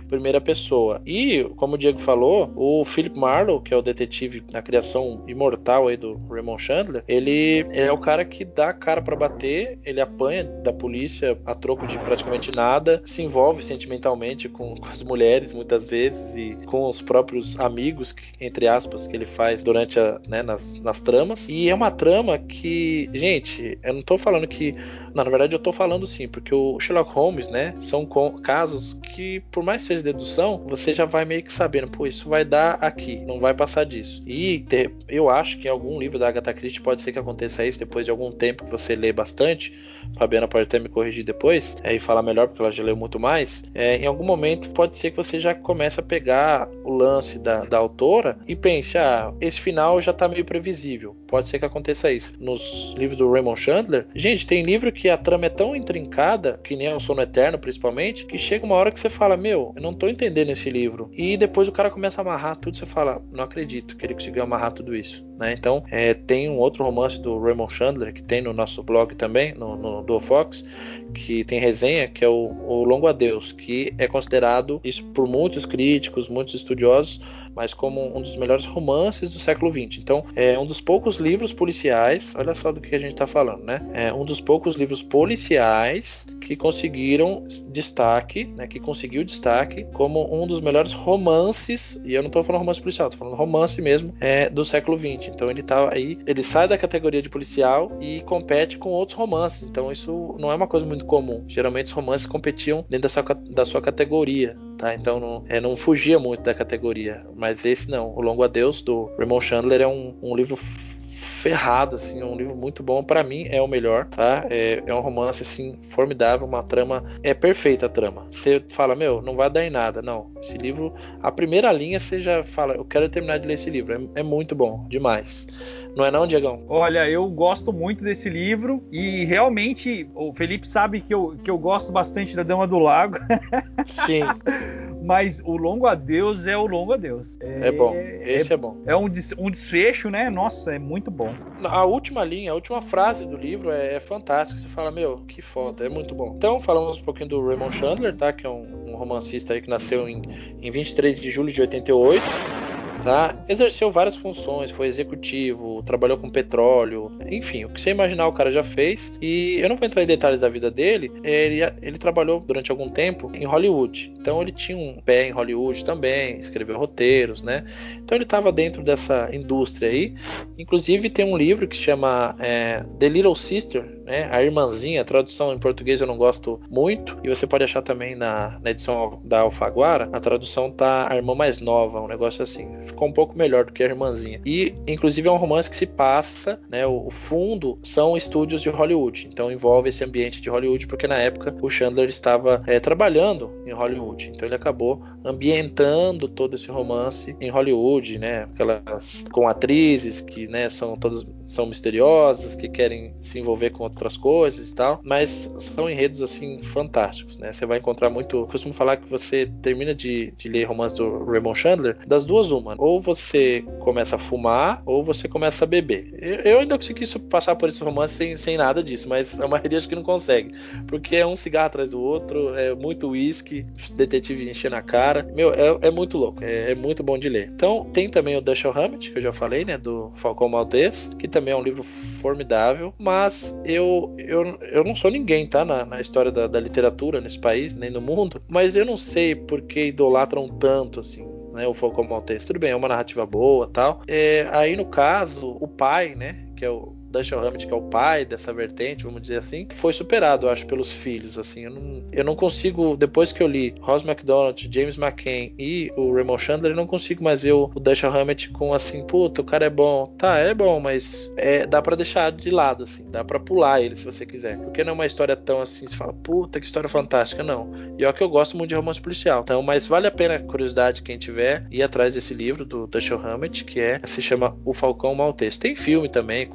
primeira pessoa. E, como o Diego falou, o Philip Marlowe, que é o detetive na criação imortal aí do Raymond Chandler, ele é o cara que dá a cara pra bater, ele apanha da polícia a troco de praticamente nada, se envolve sentimentalmente com, com as mulheres muitas vezes e com os próprios amigos, entre aspas, que ele faz durante a, né, nas, nas tramas. E é uma trama que, gente, eu não tô falando que... Não, na verdade eu tô falando sim, porque o Sherlock Holmes, né, são com, casos que, por mais que seja dedução, você já vai meio que sabendo, pô, isso vai dar aqui, não vai passar disso. E te, eu acho que em algum livro da Agatha Christie pode ser que aconteça isso depois de algum tempo que você lê bastante. Fabiana pode até me corrigir depois é, e falar melhor, porque ela já leu muito mais. É, em algum momento pode ser que você já comece a pegar o lance da, da autora e pense, ah, esse final já tá meio previsível. Pode ser que aconteça isso. Nos livros do Raymond Chandler, gente, tem livro que a trama é tão intrincada, que nem o Sono Eterno principalmente, que chega uma hora que você fala, meu, eu não tô entendendo esse livro. E depois o cara começa a amarrar tudo, você fala, não acredito que ele conseguiu amarrar tudo isso. Né? Então, é, tem um outro romance do Raymond Chandler, que tem no nosso blog também, no, no do Fox, que tem resenha, que é o, o Longo Adeus, que é considerado, isso por muitos críticos, muitos estudiosos, mas como um dos melhores romances do século vinte. Então, é um dos poucos livros policiais, olha só do que a gente está falando, né? É um dos poucos livros policiais que conseguiram destaque, né? Que conseguiu destaque como um dos melhores romances, e eu não estou falando romance policial, estou falando romance mesmo, é, do século vinte. Então, ele tá aí, ele sai da categoria de policial e compete com outros romances. Então, isso não é uma coisa muito comum. Geralmente, os romances competiam dentro da sua, da sua categoria. Tá, então não, é, não fugia muito da categoria, mas esse não, O Longo Adeus do Raymond Chandler é um, um livro ferrado, assim, é um livro muito bom, para mim é o melhor, tá? É, é um romance assim formidável, uma trama é perfeita a trama. Você fala, meu, não vai dar em nada, não. Esse livro, a primeira linha você já fala, eu quero terminar de ler esse livro, é, é muito bom, demais. Não é não, Diegão? Olha, eu gosto muito desse livro e realmente o Felipe sabe que eu, que eu gosto bastante da Dama do Lago. Sim. Mas o Longo Adeus é o Longo Adeus. É, é bom, esse é, é bom. É um, des, um desfecho, né? Nossa, é muito bom. A última linha, a última frase do livro é, é fantástica. Você fala, meu, que foda, é muito bom. Então, falamos um pouquinho do Raymond Chandler, tá? Que é um, um romancista aí que nasceu em, em vinte e três de julho de oitenta e oito. Tá? Exerceu várias funções, foi executivo, trabalhou com petróleo, enfim, o que você imaginar o cara já fez. E eu não vou entrar em detalhes da vida dele. Ele, ele trabalhou durante algum tempo em Hollywood, então ele tinha um pé em Hollywood também, escreveu roteiros, né? Então ele estava dentro dessa indústria aí. Inclusive tem um livro que se chama é, The Little Sister, né? A Irmãzinha. A tradução em português eu não gosto muito, e você pode achar também na, na edição da Alfaguara, a tradução tá A Irmã Mais Nova, um negócio assim. Ficou um pouco melhor do que a Irmãzinha. E, inclusive, é um romance que se passa, né? O, o fundo são estúdios de Hollywood. Então, envolve esse ambiente de Hollywood, porque na época o Chandler estava é, trabalhando em Hollywood. Então, ele acabou ambientando todo esse romance em Hollywood, né? Aquelas com atrizes que, né, são todas são misteriosas, que querem se envolver com outras coisas e tal. Mas são enredos, assim, fantásticos, né? Você vai encontrar muito... Eu costumo falar que você termina de, de ler romance do Raymond Chandler, das duas uma. Ou você começa a fumar, ou você começa a beber. Eu, eu ainda consegui passar por esse romance sem, sem nada disso, mas a maioria acho que não consegue. Porque é um cigarro atrás do outro, é muito uísque, detetive enchendo a cara. Meu, é, é muito louco, é, é muito bom de ler. Então, tem também o Dashiell Hammett, que eu já falei, né, do Falcão Maltês, que também é um livro formidável, mas eu, eu, eu não sou ninguém, tá, na, na história da, da literatura nesse país, nem no mundo, mas eu não sei porque idolatram tanto, assim, né, o Falcão Maltês. Tudo bem, é uma narrativa boa e tal. É, aí, no caso, o pai, né, que é o Dashiell Hammett, que é o pai dessa vertente, vamos dizer assim, foi superado, eu acho, pelos filhos, assim, eu não, eu não consigo, depois que eu li Ross MacDonald, James McCain e o Raymond Chandler, eu não consigo mais ver o, o Dashiell Hammett com assim, puta, o cara é bom, tá, é bom, mas é, dá pra deixar de lado, assim, dá pra pular ele se você quiser, porque não é uma história tão assim, você fala, puta, que história fantástica, não, e é o que eu gosto muito de romance policial, então, mas vale a pena, curiosidade, quem tiver, ir atrás desse livro do Dashiell Hammett, que é, se chama O Falcão Maltês. Tem filme também com o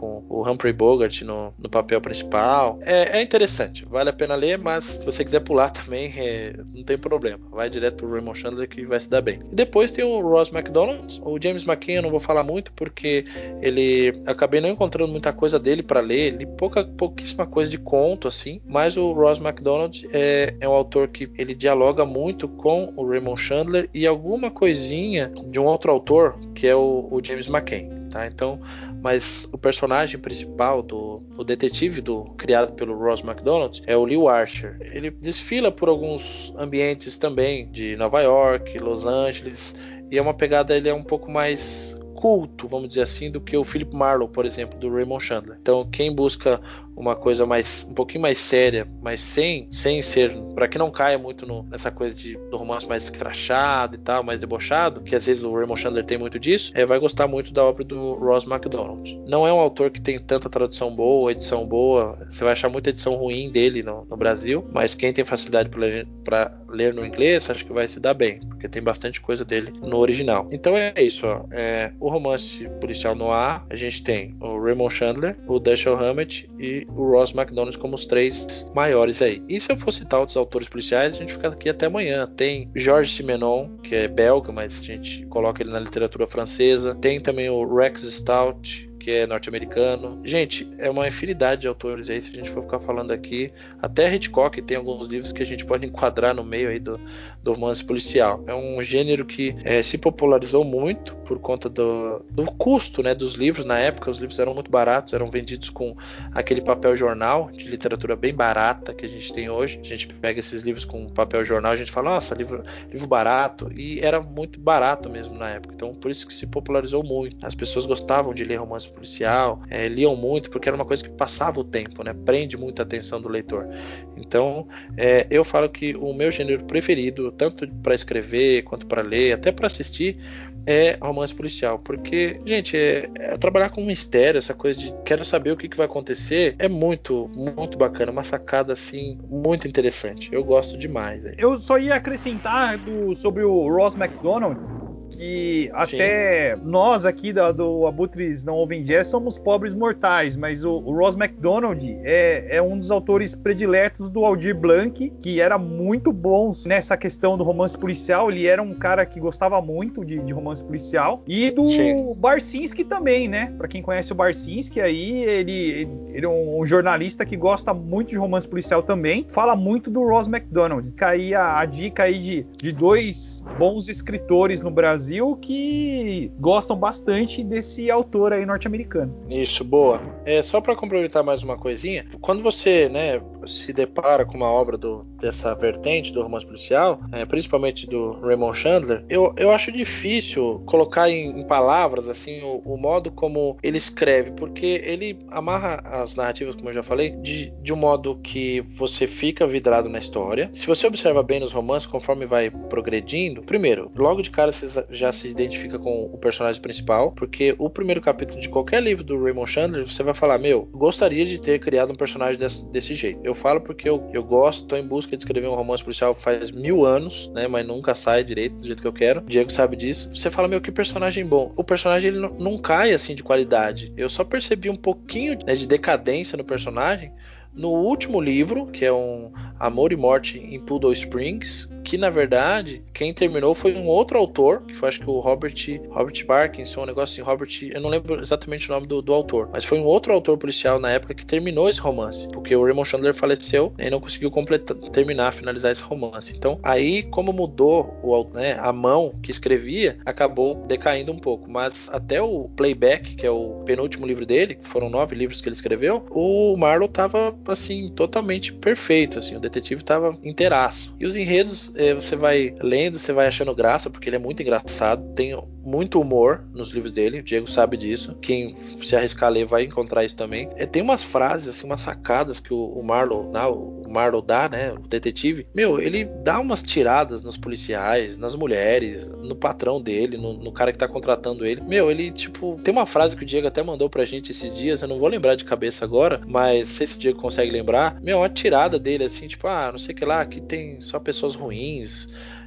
o Humphrey Bogart no, no papel principal. É, é interessante, vale a pena ler, mas se você quiser pular também, é, não tem problema. Vai direto pro Raymond Chandler que vai se dar bem. E depois tem o Ross MacDonald. O James McKean eu não vou falar muito porque ele acabei não encontrando muita coisa dele para ler, li pouca, pouquíssima coisa de conto assim, mas o Ross MacDonald é, é um autor que ele dialoga muito com o Raymond Chandler e alguma coisinha de um outro autor que é o, o James McKean, tá? Então, mas o personagem principal do o detetive do criado pelo Ross MacDonald é o Lew Archer. Ele desfila por alguns ambientes também de Nova York, Los Angeles, e é uma pegada, ele é um pouco mais culto, vamos dizer assim, do que o Philip Marlowe, por exemplo, do Raymond Chandler. Então, quem busca uma coisa mais um pouquinho mais séria, mas sem sem ser, para que não caia muito no, nessa coisa de do romance mais escrachado e tal, mais debochado, que às vezes o Raymond Chandler tem muito disso, é, vai gostar muito da obra do Ross MacDonald. Não é um autor que tem tanta tradução boa, edição boa, você vai achar muita edição ruim dele no, no Brasil, mas quem tem facilidade para ler, ler no inglês, acho que vai se dar bem, porque tem bastante coisa dele no original. Então é isso, ó. É, o romance policial noir, a gente tem o Raymond Chandler, o Dashiell Hammett e o Ross MacDonald como os três maiores aí. E se eu for citar outros autores policiais, a gente fica aqui até amanhã. Tem Georges Simenon, que é belga, mas a gente coloca ele na literatura francesa. Tem também o Rex Stout, que é norte-americano. Gente, é uma infinidade de autores aí, se a gente for ficar falando aqui. Até Hitchcock tem alguns livros que a gente pode enquadrar no meio aí do, do romance policial. É um gênero que é, se popularizou muito por conta do, do custo, né, dos livros. Na época, os livros eram muito baratos, eram vendidos com aquele papel jornal de literatura bem barata que a gente tem hoje. A gente pega esses livros com papel jornal, a gente fala, nossa, livro, livro barato. E era muito barato mesmo na época. Então, por isso que se popularizou muito. As pessoas gostavam de ler romance policial, é, liam muito porque era uma coisa que passava o tempo, né? Prende muito a atenção do leitor. Então, é, eu falo que o meu gênero preferido, tanto para escrever quanto para ler, até para assistir, é romance policial, porque, gente, é, é trabalhar com mistério, essa coisa de quero saber o que, que vai acontecer, é muito, muito bacana, uma sacada assim muito interessante. Eu gosto demais. Aí. Eu só ia acrescentar do, sobre o Ross MacDonald, que até Sim. nós aqui da, do Abutres Não Ouvem Jazz somos pobres mortais, mas o, o Ross MacDonald é, é um dos autores prediletos do Aldir Blanc, que era muito bom nessa questão do romance policial. Ele era um cara que gostava muito de, de romance policial, e do Sim. Barcinski também, né? Pra quem conhece o Barcinski, aí ele, ele é um, um jornalista que gosta muito de romance policial também, fala muito do Ross MacDonald. Caía a, a dica aí de, de dois bons escritores no Brasil que gostam bastante desse autor aí norte-americano. Isso, boa. É, só para complementar mais uma coisinha, quando você, né, se depara com uma obra do, dessa vertente do romance policial, é, principalmente do Raymond Chandler, eu, eu acho difícil colocar em, em palavras assim o, o modo como ele escreve, porque ele amarra as narrativas, como eu já falei, de, de um modo que você fica vidrado na história. Se você observa bem nos romances, conforme vai progredindo, primeiro, logo de cara você já se identifica com o personagem principal, porque o primeiro capítulo de qualquer livro do Raymond Chandler, você vai falar, meu, gostaria de ter criado um personagem desse, desse jeito. Eu falo porque eu, eu gosto, tô em busca de escrever um romance policial faz mil anos, né, mas nunca sai direito do jeito que eu quero. O Diego sabe disso. Você fala, meu, que personagem bom. O personagem, ele não, não cai, assim, de qualidade. Eu só percebi um pouquinho, né, de decadência no personagem no último livro, que é um Amor e Morte em Poodle Springs, que na verdade quem terminou foi um outro autor, que foi acho que o Robert Robert Parkinson, um negócio assim, Robert, eu não lembro exatamente o nome do, do autor, mas foi um outro autor policial na época que terminou esse romance, porque o Raymond Chandler faleceu e não conseguiu completar, terminar, finalizar esse romance. Então aí, como mudou o, né, a mão que escrevia, acabou decaindo um pouco, mas até o Playback, que é o penúltimo livro dele, que foram nove livros que ele escreveu, o Marlowe tava assim, totalmente perfeito, assim, o detetive tava inteiraço. E os enredos, é, você vai lendo, você vai achando graça, porque ele é muito engraçado, tem muito humor nos livros dele, o Diego sabe disso, quem se arriscar a ler vai encontrar isso também. É, tem umas frases, assim, umas sacadas que o, o Marlowe, não, o Marlowe dá, né, o detetive, meu, ele dá umas tiradas nos policiais, nas mulheres, no patrão dele, no, no cara que tá contratando ele. Meu, ele, tipo, tem uma frase que o Diego até mandou pra gente esses dias, eu não vou lembrar de cabeça agora, mas não sei se o Diego consegue lembrar, meu, uma tirada dele, assim, tipo, ah, não sei o que lá, aqui tem só pessoas ruins,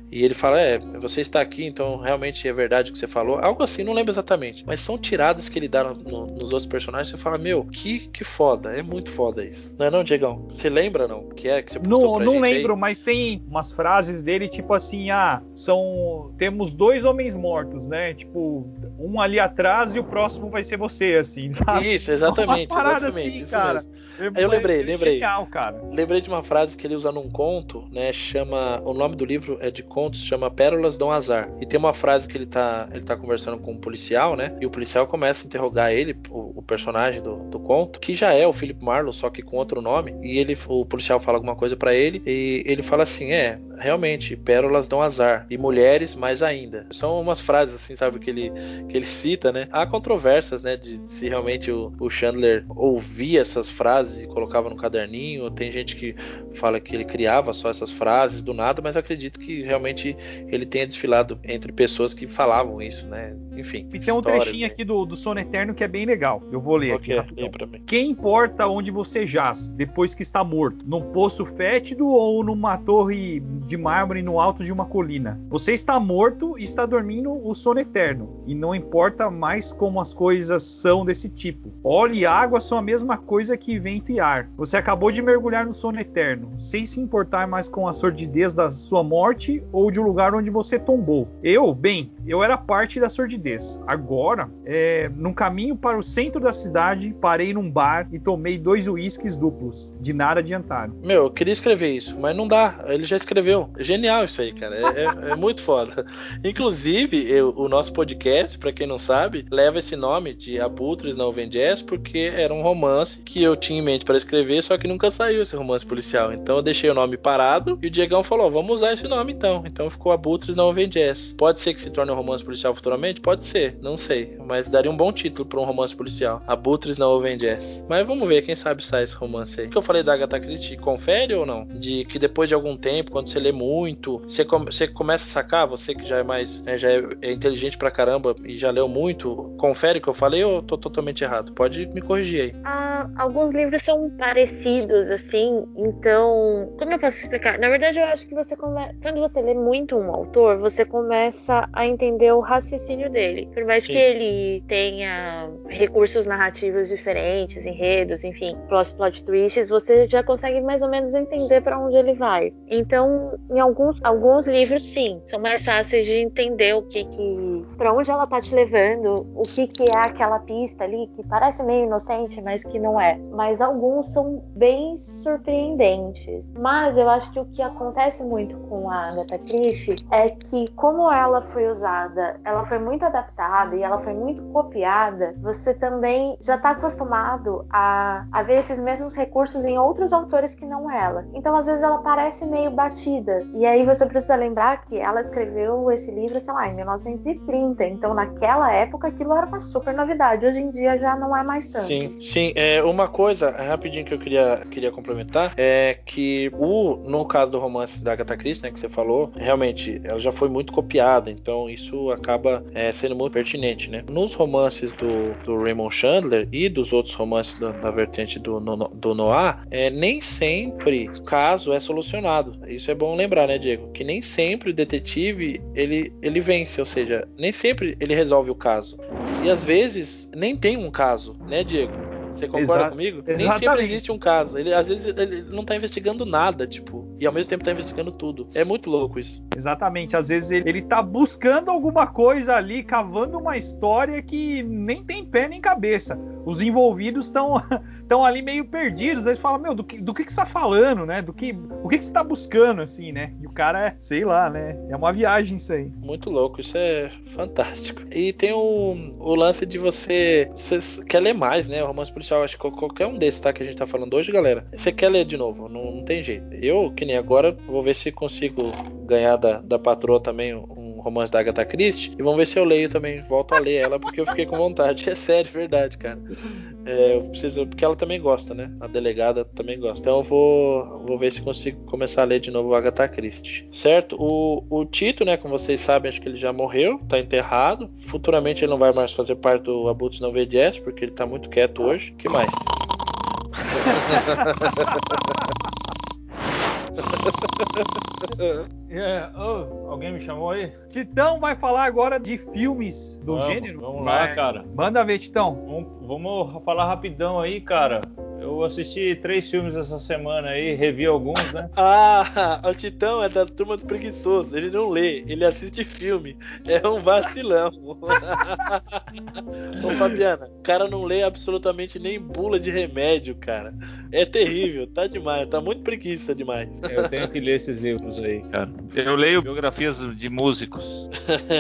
E ele fala, é, você está aqui, então realmente é verdade o que você falou. Algo assim, não lembro exatamente. Mas são tiradas que ele dá no, no, nos outros personagens. Você fala, meu, que, que foda. É muito foda isso. Não é não, Diegão? Você lembra, não? Que é que você postou Não, pra não gente lembro, aí? mas tem umas frases dele, tipo assim, ah, são. Temos dois homens mortos, né? Tipo, um ali atrás e o próximo vai ser você, assim, sabe? Isso, Umas exatamente, paradas exatamente. assim, Isso cara. mesmo. Aí eu É, lembrei, é lembrei. genial, cara. Lembrei de uma frase que ele usa num conto, né? Chama. O nome do livro é de contos, chama Pérolas Dom Azar. E tem uma frase que ele tá, ele tá conversando com um policial, né? E o policial começa a interrogar ele, o, o personagem do, do conto, que já é o Philip Marlowe, só que com outro nome. E ele, o policial fala alguma coisa pra ele, e ele fala assim: é, realmente, pérolas dão azar. E mulheres mais ainda. São umas frases assim, sabe, que ele, que ele cita, né? Há controvérsias, né? De se realmente o, o Chandler ouvia essas frases e colocava no caderninho. Tem gente que fala que ele criava só essas frases do nada, mas acredito que realmente ele tenha desfilado entre pessoas que falavam isso, né? Enfim, E tem um trechinho aqui do, do Sono Eterno que é bem legal. Eu vou ler aqui Ok, rapidão. lê pra mim. Quem importa onde você jaz, depois que está morto? Num poço fétido ou numa torre de mármore no alto de uma colina? Você está morto e está dormindo o sono eterno. E não importa mais como as coisas são desse tipo. Óleo e água são a mesma coisa que vento e ar. Você acabou de mergulhar no sono eterno, sem se importar mais com a sordidez da sua morte ou de um lugar onde você tombou. Eu, bem, eu era parte da sordidez. Agora, é, num caminho para o centro da cidade, parei num bar e tomei dois uísques duplos. De nada adiantaram. Meu, eu queria escrever isso, mas não dá. Ele já escreveu. É genial isso aí, cara. É, é, é muito foda. Inclusive, eu, o nosso podcast, pra quem não sabe, leva esse nome de Abutres Não Vem Jazz, porque era um romance que eu tinha em mente para escrever, só que nunca saiu esse romance policial. Então eu deixei o nome parado e o Diegão falou: vamos usar esse nome então. Então ficou Abutres Não Vem Jazz. Pode ser que se torne um romance policial futuramente? Pode ser, não sei. Mas daria um bom título para um romance policial. Abutres Não Vem Jazz. Mas vamos ver, quem sabe sai esse romance aí. O que eu falei da Agatha Christie, confere ou não? De que depois de algum tempo, quando você lê muito, você, come, você começa a sacar, você que já é mais, né, já é, é inteligente pra caramba e já leu muito, confere o que eu falei ou eu tô totalmente errado? Pode me corrigir aí. Ah, alguns livros são parecidos, assim, então, como eu posso explicar? Na verdade, eu acho que você come... quando você lê muito um autor, você começa a entender o raciocínio dele. Por mais Sim. que ele tenha recursos narrativos diferentes, enredos, enfim, plot, plot twists, você já consegue mais ou menos entender para onde ele vai. Então, em alguns, alguns livros, sim, são mais fáceis de entender o que que, para onde ela tá te levando, o que que é aquela pista ali que parece meio inocente, mas que não é. Mas alguns são bem surpreendentes. Mas eu acho que o que acontece muito com a Agatha Christie é que, como ela foi usada, ela foi muito adaptada e ela foi muito copiada, você também já está acostumado a, a ver esses mesmos recursos em outros autores que não ela. Então, às vezes, ela parece meio batida. E aí você precisa lembrar que ela escreveu esse livro, sei lá, em mil novecentos e trinta. Então, naquela época, aquilo era uma super novidade. Hoje em dia já não é mais tanto. Sim, sim. É, uma coisa rapidinho que eu queria, queria complementar é que o, no caso do romance da Agatha Christie, né, que você falou, realmente ela já foi muito copiada, então isso acaba é, sendo muito pertinente, né? Nos romances do, do Raymond Chandler e dos outros romances da, da vertente do, no, do Noir, é, nem sempre o caso é solucionado. Isso é bom lembrar, né, Diego? Que nem sempre o detetive ele, ele vence, ou seja, nem sempre ele resolve o caso. E às vezes nem tem um caso, né, Diego? Você concorda Exa- comigo? exatamente. Nem sempre existe um caso. Ele às vezes ele não tá investigando nada, tipo, e ao mesmo tempo tá investigando tudo. É muito louco isso. Exatamente, às vezes ele, ele tá buscando alguma coisa ali, cavando uma história que nem tem pé nem cabeça. Os envolvidos estão estão ali meio perdidos. Aí você fala, meu, do que, do que, que você tá falando, né? Do que, o que, que você tá buscando, assim, né? E o cara é, sei lá, né? É uma viagem isso aí. Muito louco, isso é fantástico. E tem o, o lance de você, você quer ler mais, né? O romance policial, acho que qualquer um desses, tá? Que a gente tá falando hoje, galera. Você quer ler de novo, não, não tem jeito. Eu, que nem agora, vou ver se consigo ganhar da, da patroa também um romance da Agatha Christie. E vamos ver se eu leio também, volto a ler ela, porque eu fiquei com vontade. É sério, verdade, cara. É, eu preciso, porque ela também gosta, né? A delegada também gosta. Então eu vou, vou ver se consigo começar a ler de novo o Agatha Christie. Certo? O, o Tito, né? Como vocês sabem, acho que ele já morreu, tá enterrado. Futuramente ele não vai mais fazer parte do Abutres Não Vê Jazz, porque ele tá muito quieto hoje. O que mais? É, oh, alguém me chamou aí? Titão vai falar agora de filmes do Vamos, gênero. vamos lá, Vai. cara. Manda ver, Titão. Vamos, vamos falar rapidão aí, cara. Eu assisti três filmes essa semana aí, revi alguns, né? Ah, o Titão é da turma do preguiçoso. Ele não lê, ele assiste filme. É um vacilão. Ô Fabiana, o cara não lê absolutamente nem bula de remédio, cara. É terrível, tá demais, tá muito preguiça demais. Eu tenho que ler esses livros aí, cara. Eu leio biografias de músicos.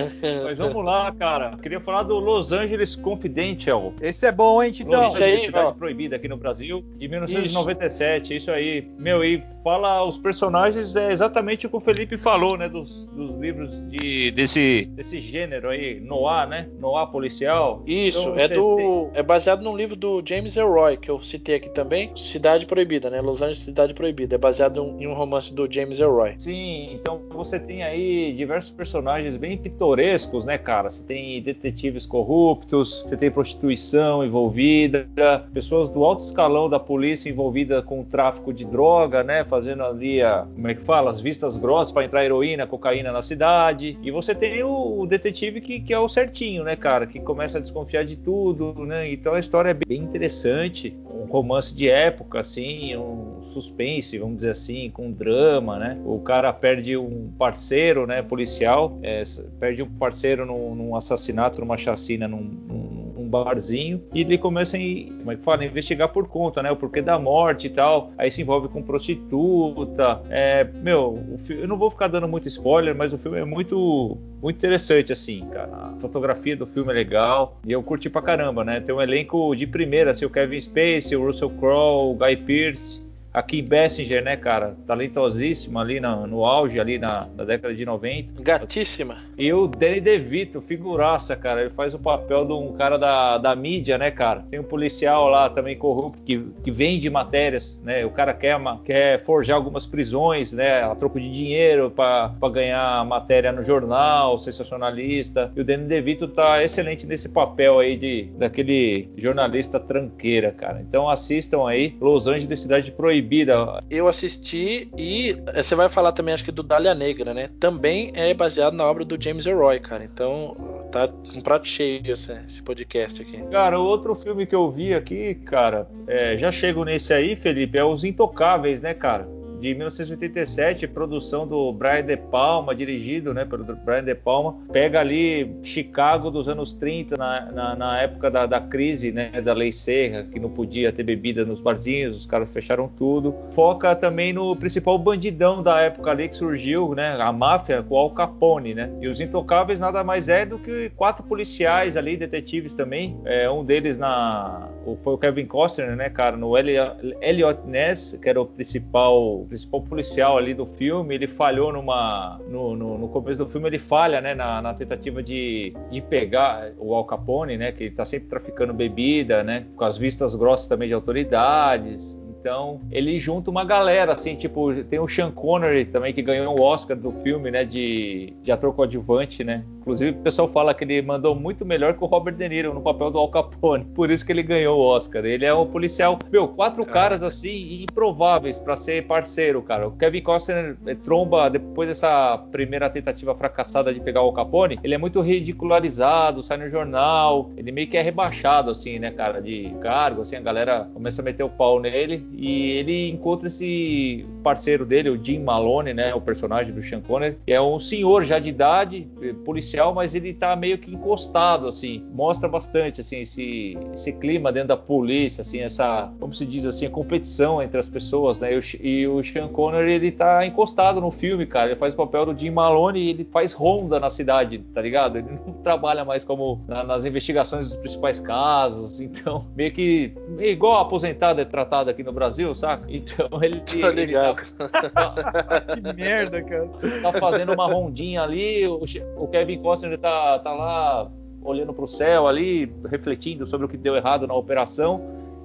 Mas vamos lá, cara. Queria falar do Los Angeles Confidential. Esse é bom, hein, Titão? Los Angeles, aí, Cidade ó. Proibida aqui no Brasil, de mil novecentos e noventa e sete, isso. isso aí. Meu, e fala os personagens, é exatamente o que o Felipe falou, né, dos, dos livros de, desse, desse gênero aí, noir, né, noir policial. Isso, Então, é você do tem- é baseado num livro do James Ellroy, que eu citei aqui também, Cidade Proibida, né? Los Angeles Cidade Proibida. É baseado em um romance do James Ellroy. Sim, então você tem aí diversos personagens bem pitorescos, né, cara? Você tem detetives corruptos, você tem prostituição envolvida, pessoas do alto escalão da polícia envolvida com o tráfico de droga, né? Fazendo ali a, como é que fala? As vistas grossas para entrar heroína, cocaína na cidade. E você tem o, o detetive que, que é o certinho, né, cara? Que começa a desconfiar de tudo, né? Então a história é bem interessante. Um romance de época, assim, um suspense, vamos dizer assim, com drama, né? O cara perde um parceiro, né, policial, é, perde um parceiro num, num assassinato, numa chacina, num, num, num barzinho, e ele começa a, como é que fala, a investigar por conta, né, o porquê da morte e tal. Aí se envolve com prostituta. É, meu, o fi- eu não vou ficar dando muito spoiler, mas o filme é muito, muito interessante, assim, cara. A fotografia do filme é legal e eu curti pra caramba, né? Tem um elenco de primeira, assim, o Kevin Spacey, o Russell Crowe, o Guy Pearce, a Kim Basinger, né, cara? Talentosíssima ali na, no auge, ali na, na década de noventa. Gatíssima. E o Danny DeVito, figuraça, cara. Ele faz o papel de um cara da, da mídia, né, cara? Tem um policial lá também corrupto que, que vende matérias, né? O cara quer, uma, quer forjar algumas prisões, né? A troco de dinheiro para ganhar matéria no jornal, sensacionalista. E o Danny DeVito tá excelente nesse papel aí de, daquele jornalista tranqueira, cara. Então assistam aí Los Angeles, Cidade Proibida. Eu assisti e você vai falar também, acho que do Dália Negra, né? Também é baseado na obra do James Ellroy, cara. Então tá um prato cheio esse, esse podcast aqui. Cara, outro filme que eu vi aqui, cara, é, já chego nesse aí, Felipe, é Os Intocáveis, né, cara? De mil novecentos e oitenta e sete, produção do Brian De Palma, dirigido, né, pelo Brian De Palma. Pega ali Chicago dos anos trinta, na, na, na época da, da crise, né, da lei seca, que não podia ter bebida nos barzinhos, os caras fecharam tudo. Foca também no principal bandidão da época ali que surgiu, né, a máfia, com o Al Capone, né. E Os Intocáveis nada mais é do que quatro policiais ali, detetives também. É, um deles na... foi o Kevin Costner, né, cara, no Elliot Ness, que era o principal... o principal policial ali do filme. Ele falhou numa no, no, no começo do filme, ele falha, né, na, na tentativa de, de pegar o Al Capone, né, que ele tá sempre traficando bebida, né, com as vistas grossas também de autoridades. Então, ele junta uma galera, assim, tipo, tem o Sean Connery também, que ganhou o Oscar do filme, né, de, de ator coadjuvante, né. Inclusive, o pessoal fala que ele mandou muito melhor que o Robert De Niro no papel do Al Capone. Por isso que ele ganhou o Oscar. Ele é um policial, meu, quatro Caraca. caras, assim, improváveis pra ser parceiro, cara. O Kevin Costner tromba, depois dessa primeira tentativa fracassada de pegar o Al Capone, ele é muito ridicularizado, sai no jornal, ele meio que é rebaixado, assim, né, cara, de cargo, assim, a galera começa a meter o pau nele, e ele encontra esse parceiro dele, o Jim Malone, né, o personagem do Sean Connery, que é um senhor já de idade, policial, mas ele tá meio que encostado, assim, mostra bastante, assim, esse, esse clima dentro da polícia, assim, essa, como se diz assim, a competição entre as pessoas, né, e o, e o Sean Connery, ele tá encostado no filme, cara, ele faz o papel do Jim Malone e ele faz ronda na cidade, tá ligado? Ele não trabalha mais como na, nas investigações dos principais casos, então, meio que, meio igual a aposentado é tratado aqui no Brasil, saca? Então, ele, Tô ligado. ele tá, Que merda, cara. tá fazendo uma rondinha ali, o, o Kevin Costner tá, tá lá olhando pro céu ali, refletindo sobre o que deu errado na operação.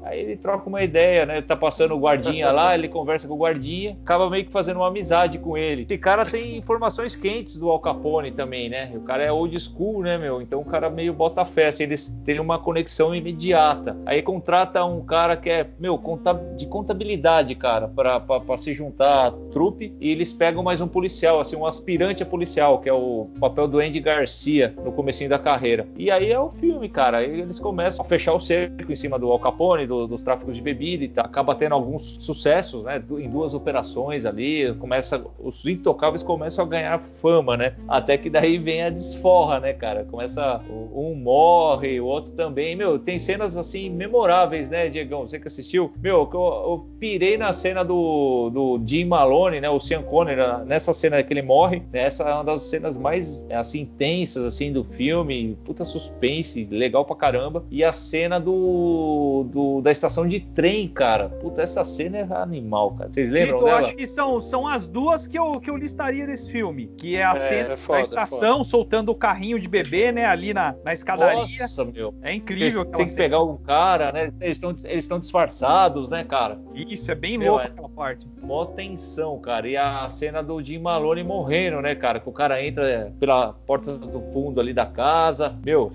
Aí ele troca uma ideia, né? Tá passando o guardinha lá, ele conversa com o guardinha, acaba meio que fazendo uma amizade com ele. Esse cara tem informações quentes do Al Capone também, né? O cara é old school, né, meu? Então o cara meio bota fé, assim, eles têm uma conexão imediata. Aí contrata um cara que é, meu, de contabilidade, cara, pra, pra, pra se juntar à trupe, e eles pegam mais um policial, assim, um aspirante a policial, que é o papel do Andy Garcia no comecinho da carreira. E aí é o filme, cara. Aí eles começam a fechar o cerco em cima do Al Capone, do, dos tráficos de bebida e tal. Acaba tendo alguns sucessos, né? Em duas operações ali. Começa, os intocáveis começam a ganhar fama, né? Até que daí vem a desforra, né, cara? Começa, um morre, o outro também. Meu, tem cenas assim memoráveis, né, Diegão? Você que assistiu? Meu, eu, eu pirei na cena do, do Jim Malone, né? O Sean Connery, nessa cena que ele morre. Né, essa é uma das cenas mais, assim, intensas, assim, do filme. Puta suspense, legal pra caramba. E a cena do, do da estação de trem, cara. Puta, essa cena é animal, cara. Vocês lembram Tito, dela? eu acho que são, são as duas que eu, que eu listaria desse filme. Que é a É, cena é foda, da estação, é soltando o carrinho de bebê, né? Ali na, na escadaria. Nossa, meu. É incrível Eles aquela tem que cena. pegar um cara, né? Eles estão eles estão disfarçados, né, cara? Isso, é bem Meu, louco é aquela parte. mó tensão, cara. E a cena do Jim Malone morrendo, né, cara? Que o cara entra pela porta do fundo ali da casa. Meu,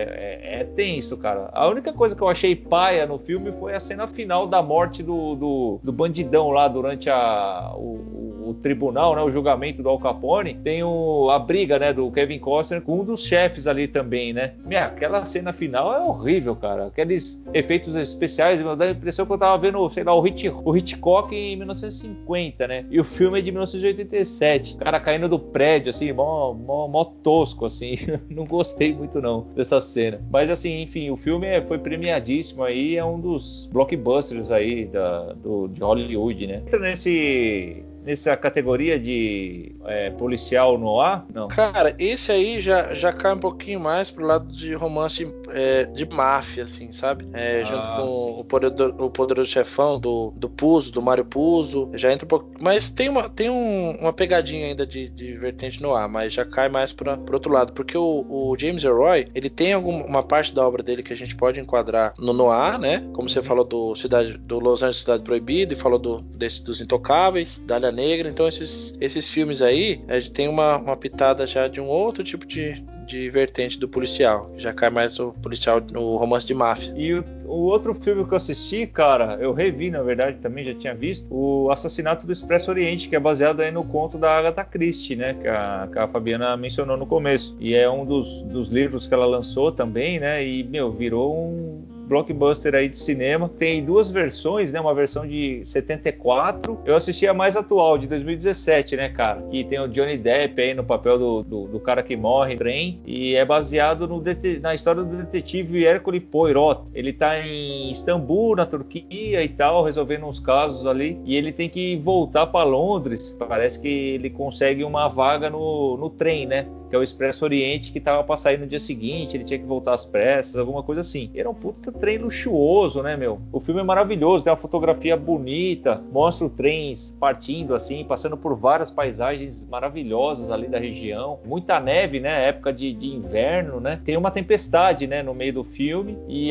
é, é, é tenso, cara. A única coisa que eu achei paia no filme foi a cena final da morte do, do, do bandidão lá durante a, o, o, o tribunal, né? O julgamento do Al Capone. Tem o, a briga, né, do Kevin Costner com um dos chefes ali também, né? Minha, aquela cena final é horrível, cara. Aqueles efeitos especiais, me dá a impressão que eu tava vendo, sei lá, o, Hitch, o Hitchcock em mil novecentos e cinquenta, né? E o filme é de mil novecentos e oitenta e sete. O cara caindo do prédio, assim, mó, mó, mó tosco, assim. Não gostei muito, não, dessa cena. Mas, assim, enfim, o filme é, foi premiadíssimo aí, é um dos blockbusters aí da, do, de Hollywood, né? Entra nesse... nessa categoria de é, policial noir? Não. Cara, esse aí já, já cai um pouquinho mais pro lado de romance é, de máfia, assim, sabe? É, Ah, junto com sim. o, poderoso, o Poderoso Chefão do, do Puzo, do Mário Puzo. Já entra um pouco. Mas tem uma, tem um, uma pegadinha ainda de, de vertente noir, mas já cai mais pra, pro outro lado. Porque o, o James Ellroy, ele tem alguma, uma parte da obra dele que a gente pode enquadrar no noir, né? Como você falou do, cidade, do Los Angeles Cidade Proibida e falou do, desse, dos Intocáveis, Dália Negra. Então esses, esses filmes aí, a gente tem uma, uma pitada já de um outro tipo de, de vertente do policial, que já cai mais o policial no romance de máfia. E o, o outro filme que eu assisti, cara, eu revi, na verdade, também já tinha visto, o Assassinato do Expresso Oriente, que é baseado aí no conto da Agatha Christie, né, que a, que a Fabiana mencionou no começo. E é um dos, dos livros que ela lançou também, né, e, meu, virou um blockbuster aí de cinema. Tem duas versões, né? Uma versão de setenta e quatro. Eu assisti a mais atual, de dois mil e dezessete, né, cara? Que tem o Johnny Depp aí no papel do, do, do cara que morre no trem. E é baseado no na história do detetive Hercule Poirot. Ele tá em Istambul, na Turquia e tal, resolvendo uns casos ali. E ele tem que voltar para Londres. Parece que ele consegue uma vaga no, no trem, né? Que é o Expresso Oriente, que tava pra sair no dia seguinte, ele tinha que voltar às pressas, alguma coisa assim. Era um puta trem luxuoso, né, meu? O filme é maravilhoso, tem uma fotografia bonita, mostra o trem partindo assim, passando por várias paisagens maravilhosas ali da região. Muita neve, né? Época de, de inverno, né? Tem uma tempestade, né, no meio do filme e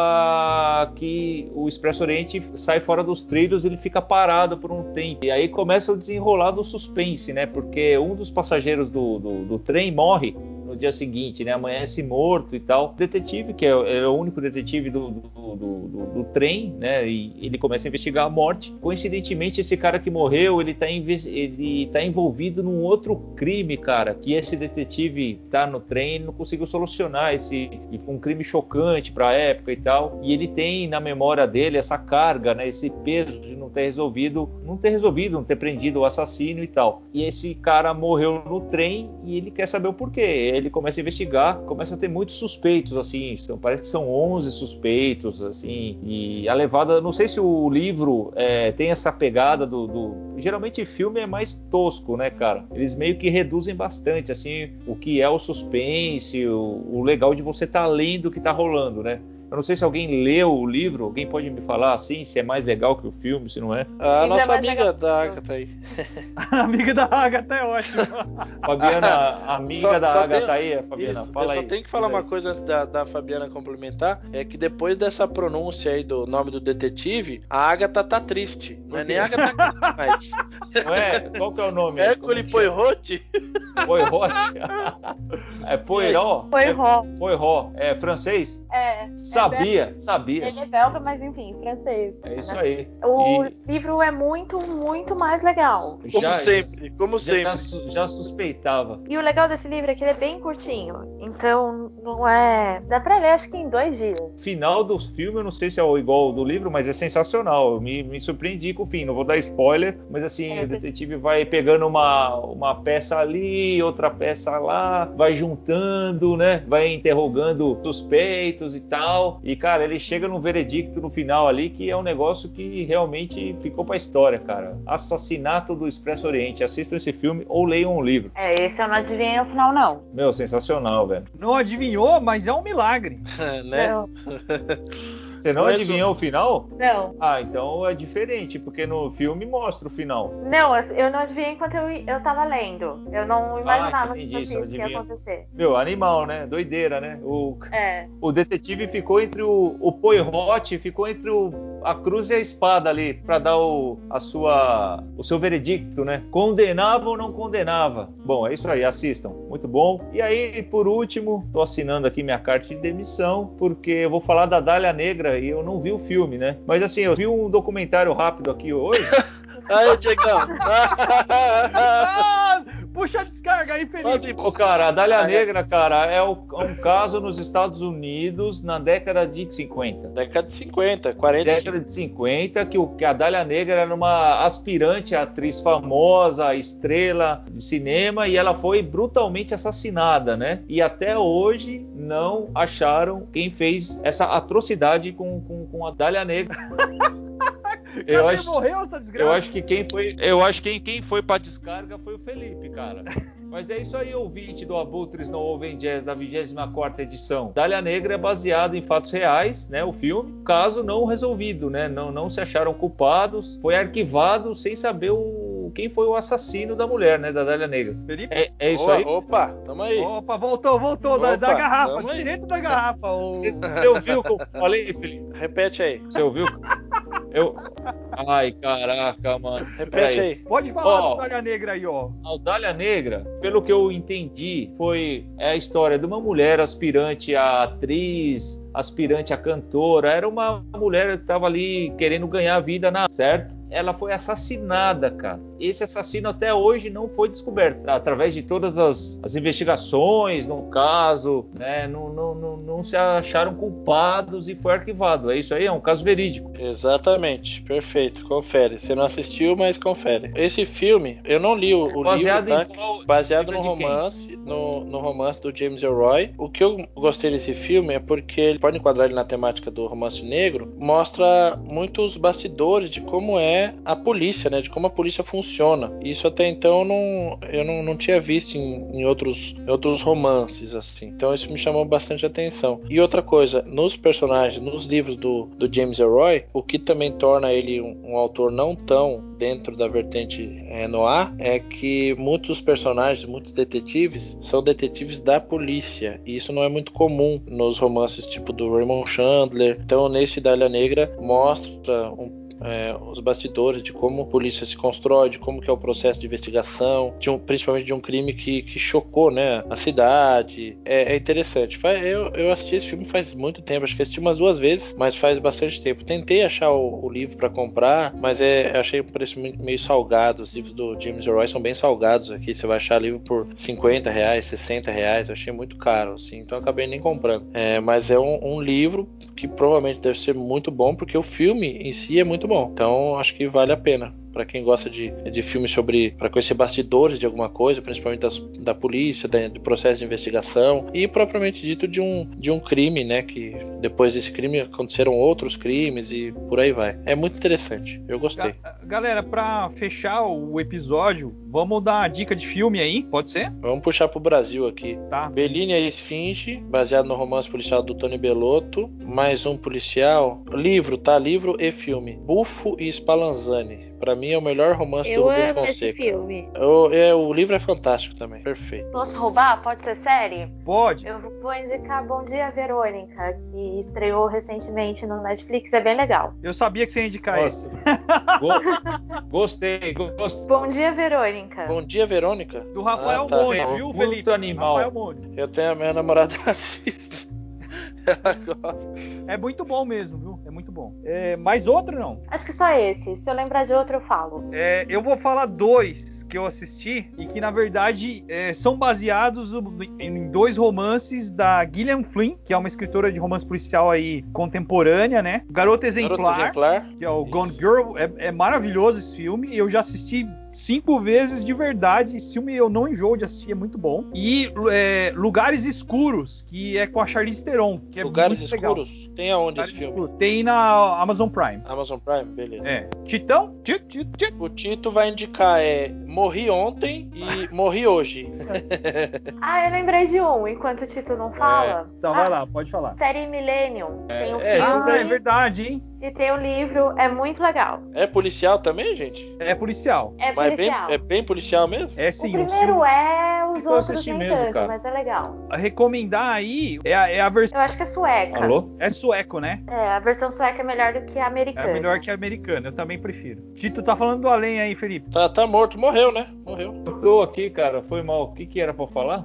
acaba que o Expresso Oriente sai fora dos trilhos e ele fica parado por um tempo. E aí começa o desenrolar do suspense, né? Porque um dos passageiros do, do, do trem morre no dia seguinte, né? Amanhece morto e tal. O detetive, que é, é o único detetive do, do, do, do, do trem, né? E ele começa a investigar a morte. Coincidentemente, esse cara que morreu, ele tá, ele tá envolvido num outro crime, cara, que esse detetive tá no trem, ele não conseguiu solucionar esse um crime chocante pra época e tal. E ele tem na memória dele essa carga, né? Esse peso de não ter resolvido, não ter resolvido, não ter prendido o assassino e tal. E esse cara morreu no trem e ele quer saber o porquê. Ele começa a investigar, começa a ter muitos suspeitos, assim, então, parece que são onze suspeitos, assim, e a levada, não sei se o livro é, tem essa pegada do, do... Geralmente filme é mais tosco, né, cara? Eles meio que reduzem bastante, assim, o que é o suspense, o, o legal de você estar tá lendo o que tá rolando, né? Eu não sei se alguém leu o livro, alguém pode me falar assim, se é mais legal que o filme, se não é. A Ele é nossa mais amiga legal. da Agatha aí. A amiga da Agatha é ótima. Fabiana, a amiga Só- da só Agatha tem- aí, Fabiana, Isso, fala eu aí. só tenho que falar diz aí. uma coisa antes da, da Fabiana complementar, é que depois dessa pronúncia aí do nome do detetive, a Agatha tá triste. Não é nem a Agatha Christie mais. Não é? Qual que é o nome? Hercule Poirot? Poirot? É Poirot? Poirot. Poirot. É francês? É. Sabia, sabia. Ele é belga, mas enfim, francês. É isso aí. O E livro é muito, muito mais legal. Como já, sempre, como já, sempre. su- já suspeitava. E o legal desse livro é que ele é bem curtinho. Então, não é. Dá pra ler, acho que em dois dias. O final do filme, eu não sei se é o igual ao do livro, mas é sensacional. Eu me, me surpreendi com o fim. Não vou dar spoiler, mas assim, É, o detetive vai pegando uma, uma peça ali, outra peça lá, vai juntando, né? Vai interrogando suspeitos e tal. E, cara, ele chega num veredicto no final ali que é um negócio que realmente ficou pra história, cara. Assassinato do Expresso Oriente. Assistam esse filme ou leiam um livro. É, esse eu não adivinhei no final, não. Meu, sensacional, velho. Não adivinhou, mas é um milagre. né? Não. Você não Conheço- adivinhou o final? Não. Ah, então é diferente, porque no filme mostra o final. Não, eu não adivinhei enquanto eu, eu tava lendo. Eu não imaginava entendi, que só isso que ia adivinha. acontecer. Meu, animal, né? Doideira, né? O, É. o detetive ficou entre o, o Poirot, ficou entre o, a cruz e a espada ali, pra dar o, a sua, o seu veredicto, né? Condenava ou não condenava? Bom, é isso aí, assistam. Muito bom. E aí, por último, tô assinando aqui minha carta de demissão, porque eu vou falar da Dália Negra e eu não vi o filme, né? Mas assim, eu vi um documentário rápido aqui hoje. Aí, Diegão. Ah, puxa a descarga aí, Felipe. Ô, cara, a Dália Negra, cara, é, o- é um caso nos Estados Unidos na década de cinquenta. Década de cinquenta, quarenta. Década de cinquenta, que, o, que a Dália Negra era uma aspirante à atriz famosa, estrela de cinema, e ela foi brutalmente assassinada, né? E até hoje não acharam quem fez essa atrocidade com, com, com a Dália Negra. Eu Cadê? acho, Morreu essa desgraça? eu acho que quem foi, eu acho que quem foi pra descarga foi o Felipe, cara. Mas é isso aí, ouvinte do Abutres Não Ouvem Jazz da vigésima quarta edição. Dália Negra é baseado em fatos reais, né, o filme. Caso não resolvido, né, não, não se acharam culpados. Foi arquivado sem saber o, quem foi o assassino da mulher, né, da Dália Negra. Felipe? É, é isso Opa, aí. Opa, tamo aí. Opa, voltou, voltou, da, Opa, da garrafa, tamo aí. de dentro da garrafa. ô. Você, você ouviu o que eu falei, Felipe? Repete aí. Você ouviu? Eu... Ai, caraca, mano. Repete Peraí. aí. Pode falar Ó. do Dália Negra aí, ó. A Dália Negra, pelo que eu entendi, foi é a história de uma mulher aspirante a atriz, aspirante a cantora. Era uma mulher que estava ali querendo ganhar a vida, na certo? Ela foi assassinada, cara. Esse assassino até hoje não foi descoberto. Através de todas as, as investigações, no caso, né, não, não, não, não se acharam culpados e foi arquivado. É isso aí, é um caso verídico. Exatamente, perfeito. Confere. Você não assistiu, mas confere. Esse filme, eu não li o, o Baseado livro, em tá? qual- Baseado no livro de quem? romance, no, no romance do James Elroy. O que eu gostei desse filme é porque ele pode enquadrar ele na temática do romance negro, mostra muitos bastidores de como é a polícia, né? De como a polícia funciona. Isso até então eu não, eu não, não tinha visto em, em, outros, em outros romances, assim. Então isso me chamou bastante atenção. E outra coisa, nos personagens, nos livros do, do James Elroy, o que também torna ele um, um autor não tão dentro da vertente é, noir, é que muitos dos personagens, muitos detetives, são detetives da polícia. E isso não é muito comum nos romances tipo do Raymond Chandler. Então nesse Dália Negra mostra um É, os bastidores de como a polícia se constrói, de como que é o processo de investigação, de um, principalmente de um crime que, que chocou, né, a cidade. É, é interessante. Eu, eu assisti esse filme faz muito tempo, acho que assisti umas duas vezes, mas faz bastante tempo. Tentei achar o, o livro para comprar, mas é, achei o preço meio salgado. Os livros do James Elroy são bem salgados aqui. Você vai achar livro por cinquenta reais, sessenta reais. Eu achei muito caro, assim, então eu acabei nem comprando. É, mas é um, um livro que provavelmente deve ser muito bom, porque o filme em si é muito bom. Então acho que vale a pena para quem gosta de, de filmes sobre, para conhecer bastidores de alguma coisa, principalmente das, da polícia, da, do processo de investigação e propriamente dito de um, de um crime, né, que depois desse crime aconteceram outros crimes e por aí vai. É muito interessante, eu gostei. Ga- galera, pra fechar o episódio, vamos dar uma dica de filme aí, pode ser? Vamos puxar pro Brasil aqui. Tá. Bellini e a Esfinge, baseado no romance policial do Tony Bellotto. Mais um policial. Livro, tá? Livro e filme. Buffo e Spallanzani. Pra mim é o melhor romance Eu do Rubem amo esse Fonseca. filme. O, é, o livro é fantástico também. Perfeito. Posso roubar? Pode ser série? Pode. Eu vou indicar Bom Dia, Verônica, que estreou recentemente no Netflix. É bem legal. Eu sabia que você ia indicar Nossa. esse. Go- Gostei, gostei. Bom Dia, Verônica. Bom dia, Verônica. Do Rafael Ah, tá. Montes, É, viu, muito Felipe? animal. Rafael Montes. Eu tenho a minha namorada assiste. Ela gosta. É muito bom mesmo, viu? É muito bom. É, mais outro, não? Acho que só esse. Se eu lembrar de outro, eu falo. É, eu vou falar dois que eu assisti e que, na verdade, é, são baseados em dois romances da Gillian Flynn, que é uma escritora de romance policial aí contemporânea, né? Garota Exemplar, Garota Exemplar. que é o Isso. Gone Girl. É, é maravilhoso esse filme. Eu já assisti cinco vezes de verdade. Esse filme eu não enjoo de assistir, é muito bom. E é, Lugares Escuros, que é com a Charlize Theron, que é Lugares muito legal. Escuros. Tem aonde Lugares esse filme? Escuros. Tem na Amazon Prime. Amazon Prime? Beleza. É. Titão? Tito, tito, tito. O Tito vai indicar é Morri Ontem e Morri Hoje. Ah, eu lembrei de um, enquanto o Tito não fala. Então ah, vai lá, pode falar. Série Millennium. É, Tem o é, filme Ah, é verdade, hein? e tem o livro. É muito legal. É policial também, gente? É policial. É Mas é bem, policial. é bem policial mesmo? É O sim, primeiro filmes. é, os Eu outros assisti nem mesmo, tanto, cara. mas é legal. A recomendar aí é a, é a versão. Eu acho que é sueca. Alô? É sueco, né? É, a versão sueca é melhor do que a É americana. melhor que a americana, eu também prefiro. Tito tá falando do além aí, Felipe. Tá, tá morto, morreu, né? Morreu. Eu tô aqui, cara. Foi mal. O que que era pra falar?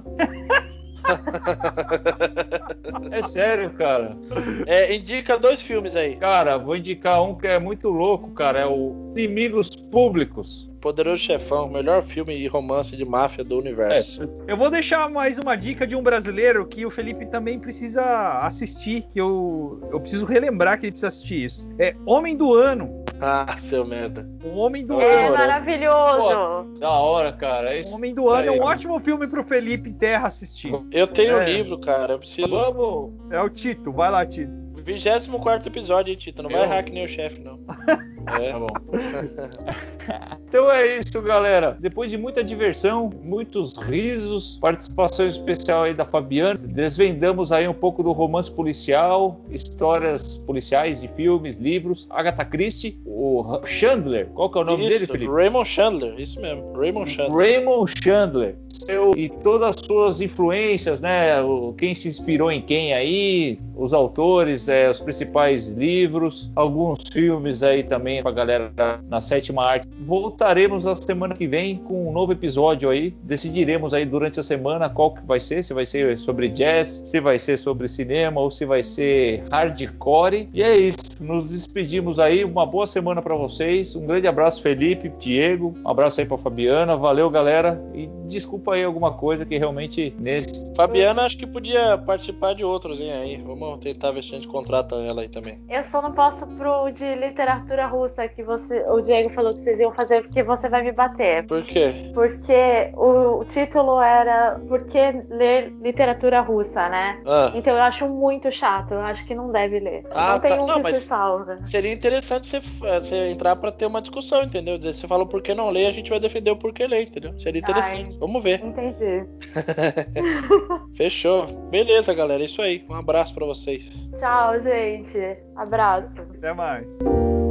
É sério, cara. É, indica dois filmes aí. Cara, vou indicar um que é muito louco, cara. É o Inimigos Públicos. Poderoso Chefão, melhor filme de romance de máfia do É, universo. Eu vou deixar mais uma dica de um brasileiro que o Felipe também precisa assistir, que eu, eu preciso relembrar que ele precisa assistir isso. É Homem do Ano. Ah, seu merda. O Homem do É Ano. maravilhoso. da hora, cara. É O isso Homem do Ano é aí. um ótimo filme pro Felipe Terra assistir. Eu tenho o É. livro, cara. Eu preciso. Vamos. É o Tito, vai lá, Tito. vigésimo quarto episódio, hein, Tito? Não vai Eu- errar que nem o chefe, não. É. Tá bom. Então é isso, galera. Depois de muita diversão, muitos risos, participação especial aí da Fabiana, desvendamos aí um pouco do romance policial, histórias policiais de filmes, livros, Agatha Christie, o Chandler. Qual que é o nome Isso, dele, Felipe? Raymond Chandler, isso mesmo. Raymond Chandler. Raymond Chandler. Seu, e todas as suas influências, né? O, quem se inspirou em quem aí, os autores, é, os principais livros, alguns filmes aí também pra galera na sétima arte. Voltaremos na semana que vem com um novo episódio aí. Decidiremos aí durante a semana qual que vai ser, se vai ser sobre jazz, se vai ser sobre cinema ou se vai ser hardcore. E é isso. Nos despedimos aí. Uma boa semana pra vocês. Um grande abraço, Felipe, Diego. Um abraço aí pra Fabiana. Valeu, galera. E desculpa aí alguma coisa que realmente nesse... Fabiana acho que podia participar de outros, hein, aí. Vamos tentar ver se a gente contrata ela aí também. Eu só não posso pro de literatura russa que você, o Diego falou que vocês iam fazer porque você vai me bater. Por quê? Porque o, o título era Por que ler literatura russa, né? Ah, Então eu acho muito chato, eu acho que não deve ler. Ah, não tem tá. um Não, que mas- se salva. seria interessante você, você entrar pra ter uma discussão, entendeu? Você fala o porquê não ler, a gente vai defender o porquê ler, entendeu? Seria interessante. Ai. Vamos ver. Entendi. Fechou. Beleza, galera. É isso aí. Um abraço pra vocês. Tchau, gente. Abraço. Até mais.